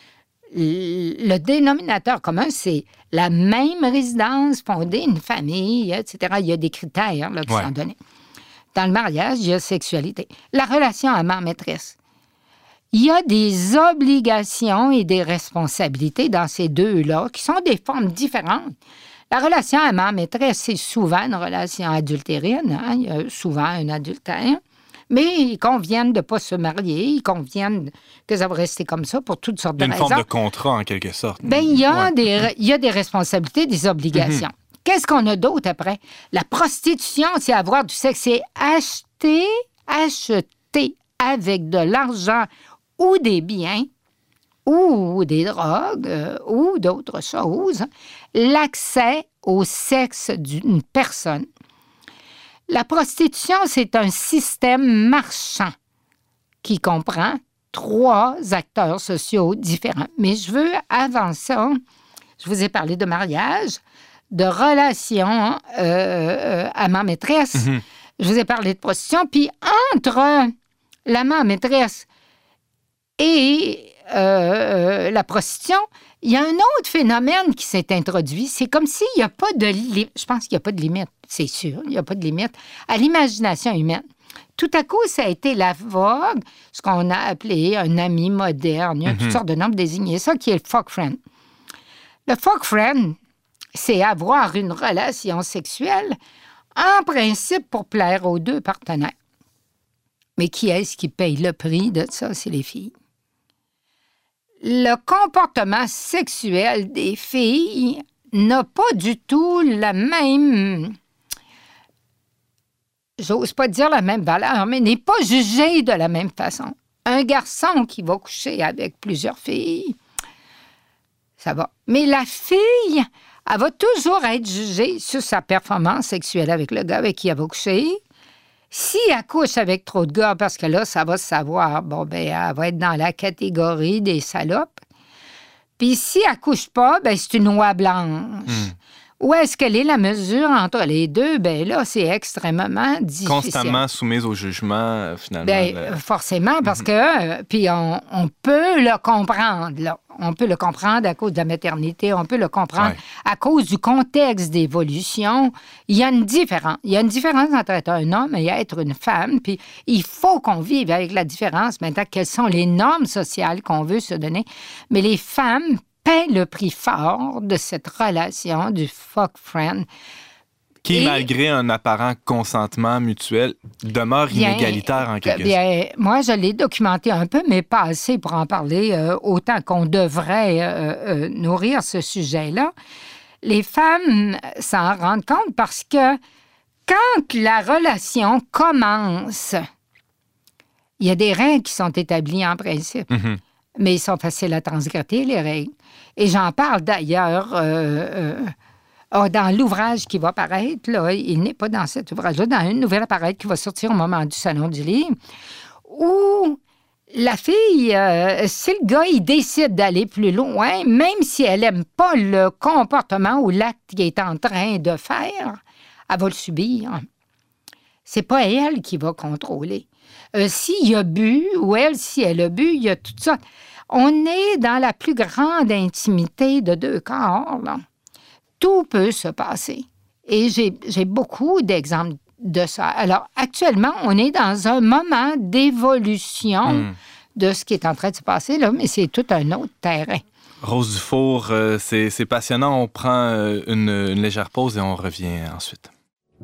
Le dénominateur commun, c'est la même résidence, fonder une famille, etc. Il y a des critères là, qui sont donnés. Dans le mariage, il y a sexualité. La relation amant-maîtresse. Il y a des obligations et des responsabilités dans ces deux-là qui sont des formes différentes. La relation amant-maîtresse, c'est souvent une relation adultérine. Hein? Il y a souvent un adultère. Mais ils conviennent de ne pas se marier, ils conviennent que ça va rester comme ça pour toutes sortes de raisons. Une forme de contrat, en quelque sorte. Bien, il y a des responsabilités, des obligations. Qu'est-ce qu'on a d'autre après? La prostitution, c'est avoir du sexe. C'est acheter avec de l'argent ou des biens ou des drogues ou d'autres choses, l'accès au sexe d'une personne. La prostitution, c'est un système marchand qui comprend 3 acteurs sociaux différents. Mais je veux, avant ça, je vous ai parlé de mariage, de relations amant-maîtresse. Je vous ai parlé de prostitution. Puis entre l'amant-maîtresse et la prostitution, il y a un autre phénomène qui s'est introduit. C'est comme s'il n'y a pas de limite. Je pense qu'il n'y a pas de limite, c'est sûr. Il n'y a pas de limite à l'imagination humaine. Tout à coup, ça a été la vogue, ce qu'on a appelé un ami moderne. Il y a toutes sortes de noms pour désigner ça, qui est le fuck friend. Le fuck friend, c'est avoir une relation sexuelle, en principe, pour plaire aux 2 partenaires. Mais qui est-ce qui paye le prix de ça? C'est les filles. Le comportement sexuel des filles n'a pas du tout la même, j'ose pas dire la même valeur, mais n'est pas jugé de la même façon. Un garçon qui va coucher avec plusieurs filles, ça va. Mais la fille, elle va toujours être jugée sur sa performance sexuelle avec le gars avec qui elle va coucher. Si elle couche avec trop de gars, parce que là, ça va se savoir, bon, ben, elle va être dans la catégorie des salopes. Puis si elle couche pas, ben, c'est une oie blanche. Où est-ce qu'elle est la mesure entre les deux? Bien là, c'est extrêmement difficile. Constamment soumise au jugement, finalement. Bien, forcément, parce que... puis on peut le comprendre, là. On peut le comprendre à cause de la maternité, on peut le comprendre à cause du contexte d'évolution. Il y a une différence. Il y a une différence entre être un homme et être une femme, puis il faut qu'on vive avec la différence. Maintenant, quelles sont les normes sociales qu'on veut se donner? Mais les femmes paie le prix fort de cette relation du fuck friend. Qui, malgré un apparent consentement mutuel, demeure inégalitaire en quelque sorte. Bien, moi, je l'ai documenté un peu, mais pas assez pour en parler autant qu'on devrait nourrir ce sujet-là. Les femmes s'en rendent compte parce que quand la relation commence, il y a des règles qui sont établies en principe. Mais ils sont faciles à transgresser, les règles. Et j'en parle d'ailleurs dans l'ouvrage qui va paraître, là, il n'est pas dans cet ouvrage-là, dans une nouvelle à paraître qui va sortir au moment du Salon du Livre, où la fille, si le gars, il décide d'aller plus loin, même si elle n'aime pas le comportement ou l'acte qu'il est en train de faire, elle va le subir. C'est pas elle qui va contrôler. S'il a bu, ou elle, si elle a bu, il y a tout ça. On est dans la plus grande intimité de deux corps, là. Tout peut se passer. Et j'ai beaucoup d'exemples de ça. Alors, actuellement, on est dans un moment d'évolution de ce qui est en train de se passer, là, mais c'est tout un autre terrain. Rose Dufour, c'est passionnant. On prend une légère pause et on revient ensuite.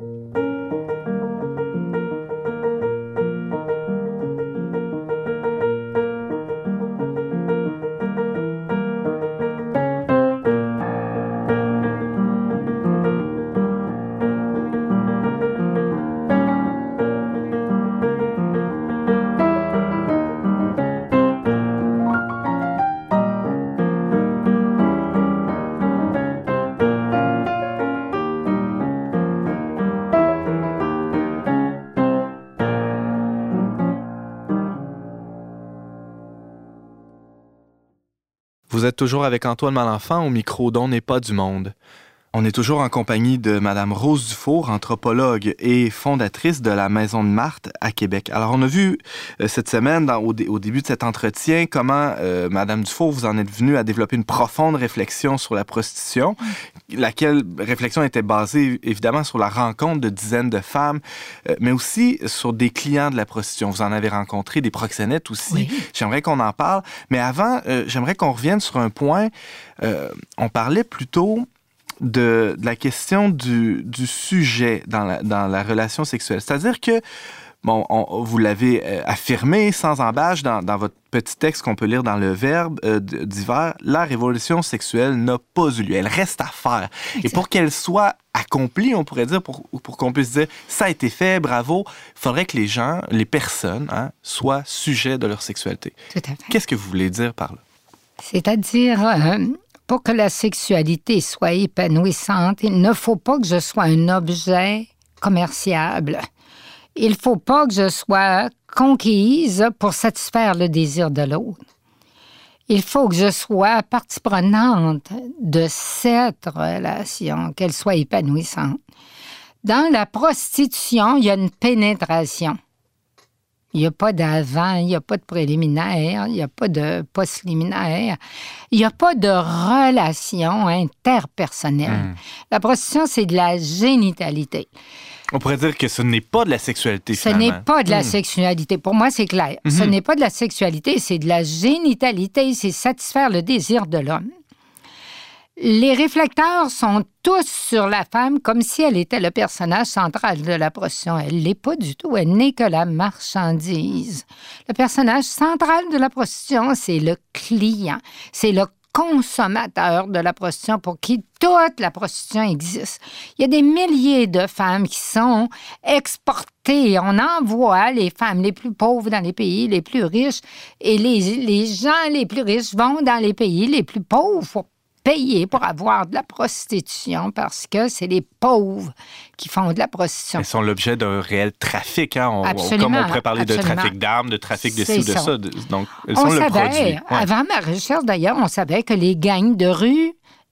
Vous êtes toujours avec Antoine Malenfant au micro d'On n'est pas du monde. On est toujours en compagnie de Mme Rose Dufour, anthropologue et fondatrice de la Maison de Marthe à Québec. Alors, on a vu cette semaine, au début de cet entretien, comment Mme Dufour, vous en êtes venue à développer une profonde réflexion sur la prostitution, laquelle réflexion était basée, évidemment, sur la rencontre de dizaines de femmes, mais aussi sur des clients de la prostitution. Vous en avez rencontré, des proxénètes aussi. Oui. J'aimerais qu'on en parle. Mais avant, j'aimerais qu'on revienne sur un point. On parlait plutôt de la question du sujet dans la relation sexuelle. C'est-à-dire que, bon, vous l'avez affirmé sans embâche dans votre petit texte qu'on peut lire dans le Verbe d'hiver, la révolution sexuelle n'a pas eu lieu. Elle reste à faire. Exact. Et pour qu'elle soit accomplie, on pourrait dire, pour qu'on puisse dire « ça a été fait, bravo », il faudrait que les gens, les personnes, soient sujets de leur sexualité. Tout à fait. Qu'est-ce que vous voulez dire par là? C'est-à-dire... pour que la sexualité soit épanouissante, il ne faut pas que je sois un objet commerciable. Il ne faut pas que je sois conquise pour satisfaire le désir de l'autre. Il faut que je sois partie prenante de cette relation, qu'elle soit épanouissante. Dans la prostitution, il y a une pénétration. Il n'y a pas d'avant, il n'y a pas de préliminaire, il n'y a pas de post-liminaire, il n'y a pas de relation interpersonnelle. La prostitution, c'est de la génitalité. On pourrait dire que ce n'est pas de la sexualité, finalement. Ce n'est pas de la sexualité. Pour moi, c'est clair. Ce n'est pas de la sexualité, c'est de la génitalité, c'est satisfaire le désir de l'homme. Les réflecteurs sont tous sur la femme comme si elle était le personnage central de la prostitution. Elle ne l'est pas du tout. Elle n'est que la marchandise. Le personnage central de la prostitution, c'est le client. C'est le consommateurs de la prostitution pour qui toute la prostitution existe. Il y a des milliers de femmes qui sont exportées. On envoie les femmes les plus pauvres dans les pays les plus riches et les gens les plus riches vont dans les pays les plus pauvres pour payer pour avoir de la prostitution parce que c'est les pauvres qui font de la prostitution. Elles sont l'objet d'un réel trafic. Hein? Comme on pourrait parler de trafic d'armes, de trafic de ci ou de ça. Donc, elles sont le produit. Ouais. Avant ma recherche, d'ailleurs, on savait que les gangs de rue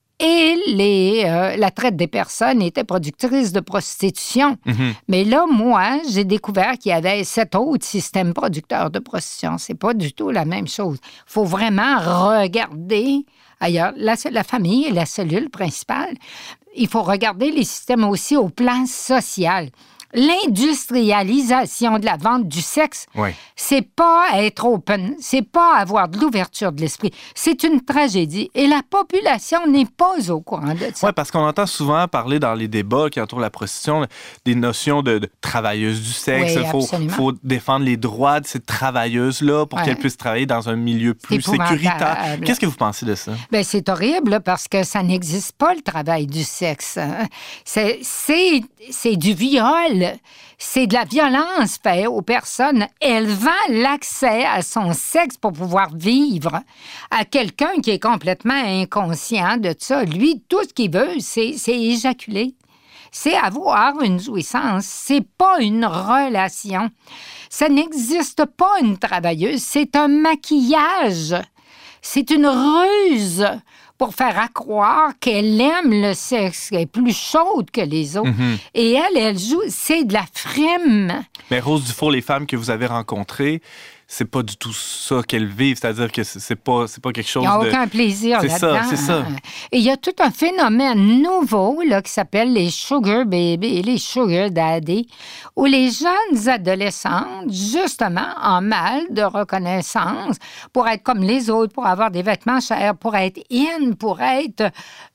et la traite des personnes étaient productrices de prostitution. Mm-hmm. Mais là, moi, j'ai découvert qu'il y avait cet autre système producteur de prostitution. C'est pas du tout la même chose. Il faut vraiment regarder ailleurs. La famille est la cellule principale. Il faut regarder les systèmes aussi au plan social. L'industrialisation de la vente du sexe, c'est pas être open, c'est pas avoir de l'ouverture de l'esprit. C'est une tragédie. Et la population n'est pas au courant de ça. Oui, parce qu'on entend souvent parler dans les débats qui entourent la prostitution des notions de travailleuses du sexe. Il faut défendre les droits de ces travailleuses-là pour qu'elles puissent travailler dans un milieu plus sécuritaire. Qu'est-ce que vous pensez de ça? Bien, c'est horrible là, parce que ça n'existe pas, le travail du sexe. Hein. C'est du viol. C'est de la violence faite aux personnes. Elle vend l'accès à son sexe pour pouvoir vivre à quelqu'un qui est complètement inconscient de ça. Lui, tout ce qu'il veut, c'est éjaculer. C'est avoir une jouissance. C'est pas une relation. Ça n'existe pas une travailleuse. C'est un maquillage. C'est une ruse pour faire croire qu'elle aime le sexe, qu'elle est plus chaude que les autres. Mm-hmm. Et elle joue, c'est de la frime. Mais Rose Dufour, les femmes que vous avez rencontrées, c'est pas du tout ça qu'elles vivent, c'est-à-dire que c'est pas quelque chose de... Il n'y a aucun plaisir là-dedans. C'est ça. Et il y a tout un phénomène nouveau là, qui s'appelle les sugar baby et les sugar daddy, où les jeunes adolescentes, justement, en mal de reconnaissance, pour être comme les autres, pour avoir des vêtements chers, pour être in, pour être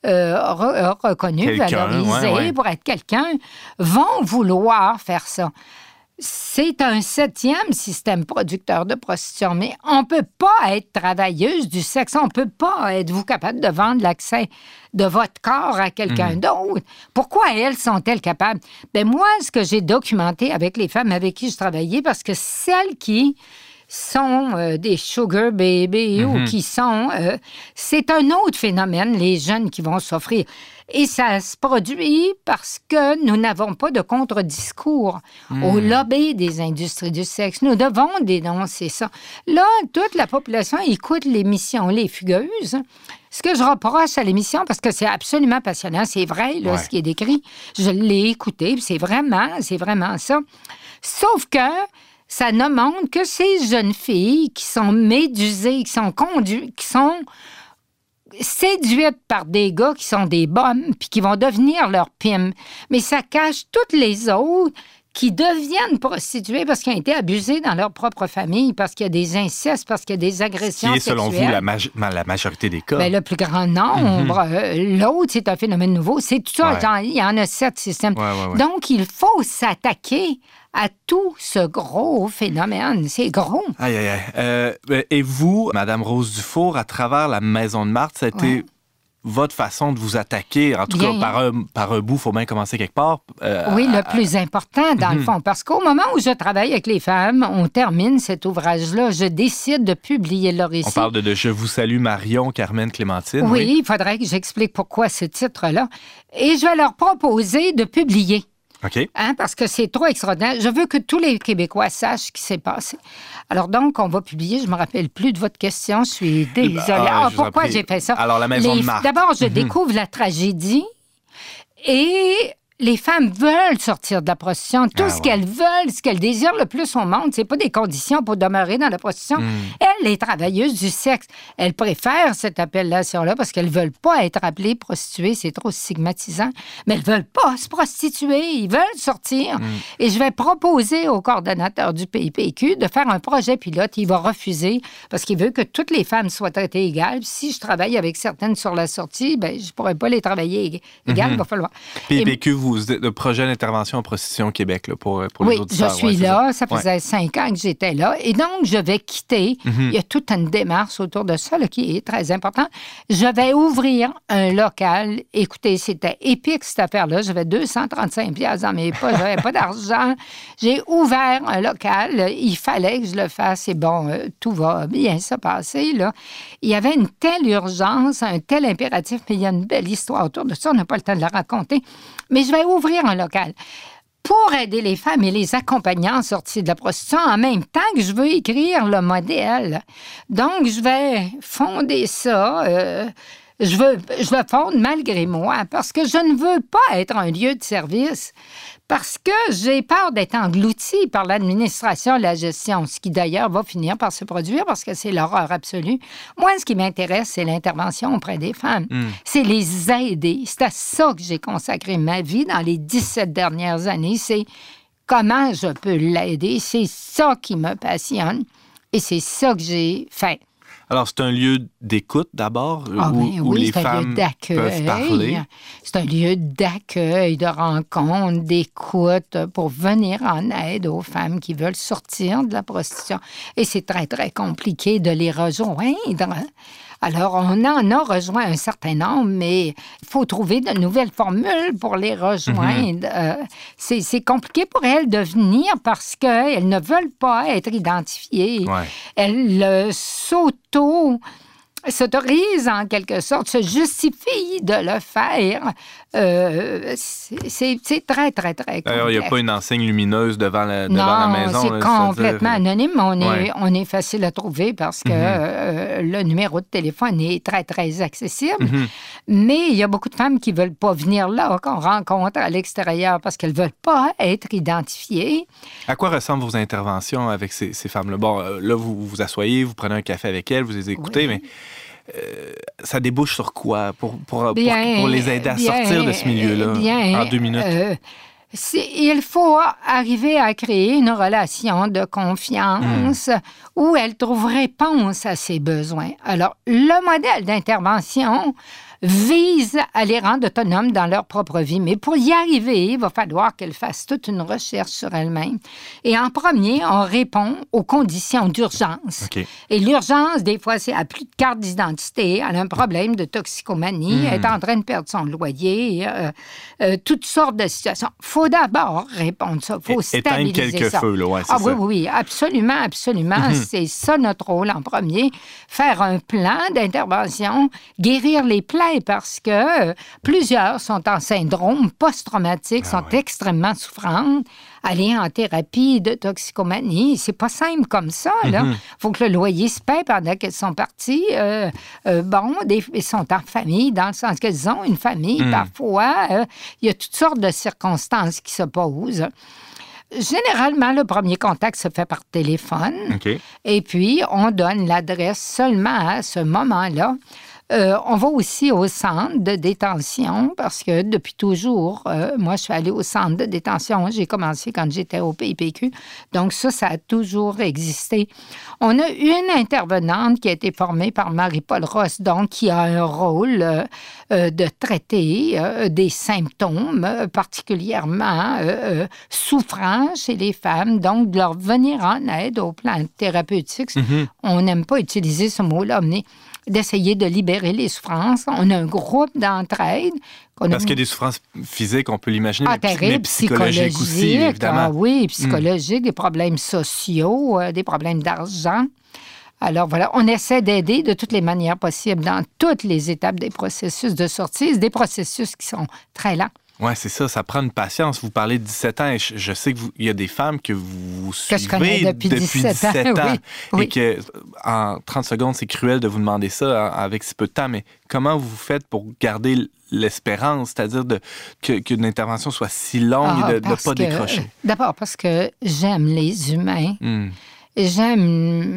reconnu, valorisé, pour être quelqu'un, vont vouloir faire ça. C'est un 7e système producteur de prostitution, mais on ne peut pas être travailleuse du sexe, on ne peut pas être capable de vendre l'accès de votre corps à quelqu'un d'autre. Pourquoi elles sont-elles capables? Bien, moi, ce que j'ai documenté avec les femmes avec qui je travaillais, parce que celles qui sont des sugar baby ou qui sont... c'est un autre phénomène, les jeunes qui vont s'offrir. Et ça se produit parce que nous n'avons pas de contre-discours au lobby des industries du sexe. Nous devons dénoncer ça. Là, toute la population écoute l'émission Les Fugueuses. Ce que je reproche à l'émission, parce que c'est absolument passionnant, c'est vrai, là, ce qui est décrit. Je l'ai écouté, c'est vraiment ça. Sauf que ça ne montre que ces jeunes filles qui sont médusées, qui sont conduites, qui sont séduites par des gars qui sont des bombes puis qui vont devenir leurs pimes. Mais ça cache toutes les autres qui deviennent prostituées parce qu'ils ont été abusés dans leur propre famille, parce qu'il y a des incestes, parce qu'il y a des agressions sexuelles. Qui est, selon vous, la majorité des cas? Bien, le plus grand nombre. L'autre, c'est un phénomène nouveau. C'est tout ça. Il y en a 7 systèmes. Donc, il faut s'attaquer à tout ce gros phénomène. C'est gros. Aïe, aïe, aïe. Et vous, Madame Rose Dufour, à travers la Maison de Marthe, ça a été votre façon de vous attaquer, en tout cas, par un bout, il faut bien commencer quelque part. Oui, le plus important, dans le fond, parce qu'au moment où je travaille avec les femmes, on termine cet ouvrage-là, je décide de publier le récit. On parle de Je vous salue Marion, Carmen Clémentine. Oui, il faudrait que j'explique pourquoi ce titre-là. Et je vais leur proposer de publier. OK. Hein, parce que c'est trop extraordinaire. Je veux que tous les Québécois sachent ce qui s'est passé. Alors donc, on va publier. Je ne me rappelle plus de votre question. Je suis désolée. Pourquoi j'ai fait ça? Alors, la Maison de Marthe. D'abord, je découvre la tragédie et les femmes veulent sortir de la prostitution. Tout ce qu'elles veulent, ce qu'elles désirent le plus au monde, c'est pas des conditions pour demeurer dans la prostitution. Elles, les travailleuses du sexe, elles préfèrent cette appellation-là parce qu'elles veulent pas être appelées prostituées, c'est trop stigmatisant. Mais elles veulent pas se prostituer, ils veulent sortir. Et je vais proposer au coordonnateur du PIPQ de faire un projet pilote. Il va refuser parce qu'il veut que toutes les femmes soient traitées égales. Puis si je travaille avec certaines sur la sortie, ben je pourrais pas les travailler égales, il va falloir. PIPQ, vous le projet d'intervention en prostitution au Québec là, pour les auditeurs. Oui, je suis là. Ça faisait 5 ans que j'étais là. Et donc, je vais quitter. Il y a toute une démarche autour de ça là, qui est très importante. Je vais ouvrir un local. Écoutez, c'était épique, cette affaire-là. J'avais 235 $ dans mes poches. Je n'avais pas d'argent. J'ai ouvert un local. Il fallait que je le fasse. Et bon, tout va bien se passer. Là. Il y avait une telle urgence, un tel impératif, mais il y a une belle histoire autour de ça. On n'a pas le temps de la raconter. Mais je vais ouvrir un local pour aider les femmes et les accompagner en sortie de la prostitution en même temps que je veux écrire le modèle. Donc, je vais fonder ça. Je veux fondre malgré moi parce que je ne veux pas être un lieu de service. Parce que j'ai peur d'être engloutie par l'administration et la gestion, ce qui d'ailleurs va finir par se produire parce que c'est l'horreur absolue. Moi, ce qui m'intéresse, c'est l'intervention auprès des femmes. C'est les aider. C'est à ça que j'ai consacré ma vie dans les 17 dernières années. C'est comment je peux l'aider. C'est ça qui me passionne et c'est ça que j'ai fait. Alors, c'est un lieu d'écoute d'abord, où les femmes peuvent parler. C'est un lieu d'accueil, de rencontre, d'écoute pour venir en aide aux femmes qui veulent sortir de la prostitution. Et c'est très, très compliqué de les rejoindre. Alors, on en a rejoint un certain nombre, mais il faut trouver de nouvelles formules pour les rejoindre. C'est compliqué pour elles de venir parce qu'elles ne veulent pas être identifiées. Ouais. Elles s'autorisent en quelque sorte, se justifient de le faire. C'est très, très, très complexe. D'ailleurs, il n'y a pas une enseigne lumineuse devant la maison. Non, c'est complètement anonyme. Ouais. On est facile à trouver parce que le numéro de téléphone est très, très accessible. Mais il y a beaucoup de femmes qui ne veulent pas venir là, qu'on rencontre à l'extérieur parce qu'elles ne veulent pas être identifiées. À quoi ressemblent vos interventions avec ces femmes-là? Bon, là, vous vous asseyez, vous prenez un café avec elles, vous les écoutez, mais... ça débouche sur quoi pour les aider à sortir de ce milieu-là en 2 minutes? Il faut arriver à créer une relation de confiance où elle trouve réponse à ses besoins. Alors, le modèle d'intervention vise à les rendre autonomes dans leur propre vie. Mais pour y arriver, il va falloir qu'elles fassent toute une recherche sur elles-mêmes. Et en premier, on répond aux conditions d'urgence. Okay. Et l'urgence, des fois, c'est à plus de carte d'identité, elle a un problème de toxicomanie, elle est en train de perdre son loyer, toutes sortes de situations. Il faut d'abord répondre à ça, il faut stabiliser ça. Éteindre quelques feux, là, ouais, c'est ça. Oui, absolument, absolument. C'est ça notre rôle en premier. Faire un plan d'intervention, guérir les plaies parce que plusieurs sont en syndrome post-traumatique, sont extrêmement souffrantes. Aller en thérapie de toxicomanie, c'est pas simple comme ça, là. Faut que le loyer se paie pendant qu'elles sont parties. Ils sont en famille, dans le sens qu'elles ont une famille. Parfois, il y a toutes sortes de circonstances qui se posent. Généralement, le premier contact se fait par téléphone. Okay. Et puis, on donne l'adresse seulement à ce moment-là. On va aussi au centre de détention parce que depuis toujours, moi, je suis allée au centre de détention. J'ai commencé quand j'étais au PIPQ. Donc ça a toujours existé. On a une intervenante qui a été formée par Marie-Paul Ross, donc qui a un rôle de traiter des symptômes particulièrement souffrants chez les femmes, donc de leur venir en aide au plan thérapeutique. On n'aime pas utiliser ce mot-là, mais d'essayer de libérer les souffrances. On a un groupe d'entraide. Parce qu'il y a des souffrances physiques, on peut l'imaginer, mais psychologiques aussi, évidemment. Oui, psychologiques, des problèmes sociaux, des problèmes d'argent. Alors voilà, on essaie d'aider de toutes les manières possibles dans toutes les étapes des processus de sortie. C'est des processus qui sont très lents. Oui, c'est ça, ça prend une patience. Vous parlez de 17 ans et je sais qu'il y a des femmes que vous suivez je connais depuis 17 ans. Oui. Et que, en 30 secondes, c'est cruel de vous demander ça avec si peu de temps, mais comment vous faites pour garder l'espérance, c'est-à-dire qu'une intervention soit si longue et de ne pas décrocher? D'abord, parce que j'aime les humains. J'aime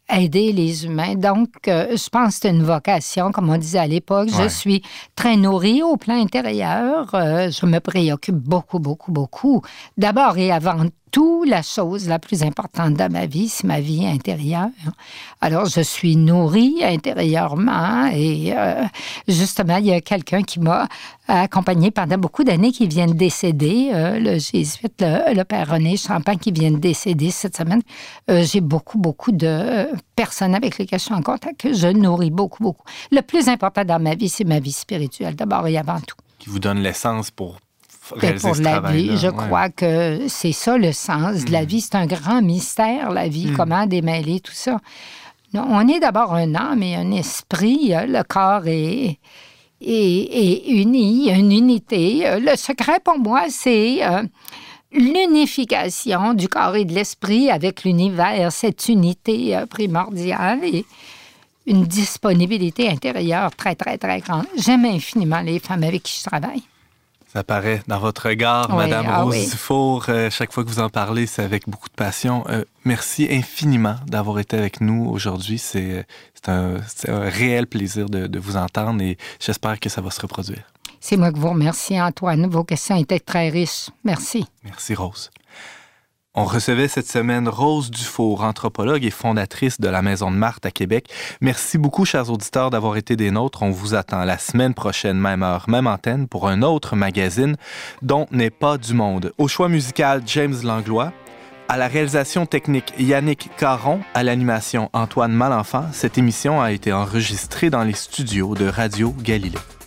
aider les humains. Donc, je pense que c'est une vocation, comme on disait à l'époque. Ouais. Je suis très nourrie au plan intérieur. Je me préoccupe beaucoup, beaucoup, beaucoup. D'abord et avant tout, la chose la plus importante de ma vie, c'est ma vie intérieure. Alors, je suis nourrie intérieurement et justement, il y a quelqu'un qui m'a accompagnée pendant beaucoup d'années qui vient de décéder, le jésuite, le père René Champagne qui vient de décéder cette semaine. J'ai beaucoup, beaucoup de personnes avec lesquelles je suis en contact que je nourris beaucoup, beaucoup. Le plus important dans ma vie, c'est ma vie spirituelle, d'abord et avant tout. Qui vous donne l'essence pour Et réaliser pour ce la travail-là. vie, je Ouais. crois que c'est ça le sens de la vie. C'est un grand mystère, la vie, comment démêler tout ça. Non, on est d'abord un âme et un esprit. Le corps est uni, il y a une unité. Le secret pour moi, c'est l'unification du corps et de l'esprit avec l'univers, cette unité primordiale et une disponibilité intérieure très, très, très grande. J'aime infiniment les femmes avec qui je travaille. Ça paraît dans votre regard, Oui, Madame ah Rose oui. Dufour. Chaque fois que vous en parlez, c'est avec beaucoup de passion. Merci infiniment d'avoir été avec nous aujourd'hui. C'est un réel plaisir de vous entendre et j'espère que ça va se reproduire. C'est moi que vous remercie, Antoine. Vos questions étaient très riches. Merci. Merci, Rose. On recevait cette semaine Rose Dufour, anthropologue et fondatrice de la Maison de Marthe à Québec. Merci beaucoup, chers auditeurs, d'avoir été des nôtres. On vous attend la semaine prochaine, même heure, même antenne, pour un autre magazine dont n'est pas du monde. Au choix musical, James Langlois. À la réalisation technique, Yannick Caron. À l'animation, Antoine Malenfant. Cette émission a été enregistrée dans les studios de Radio Galilée.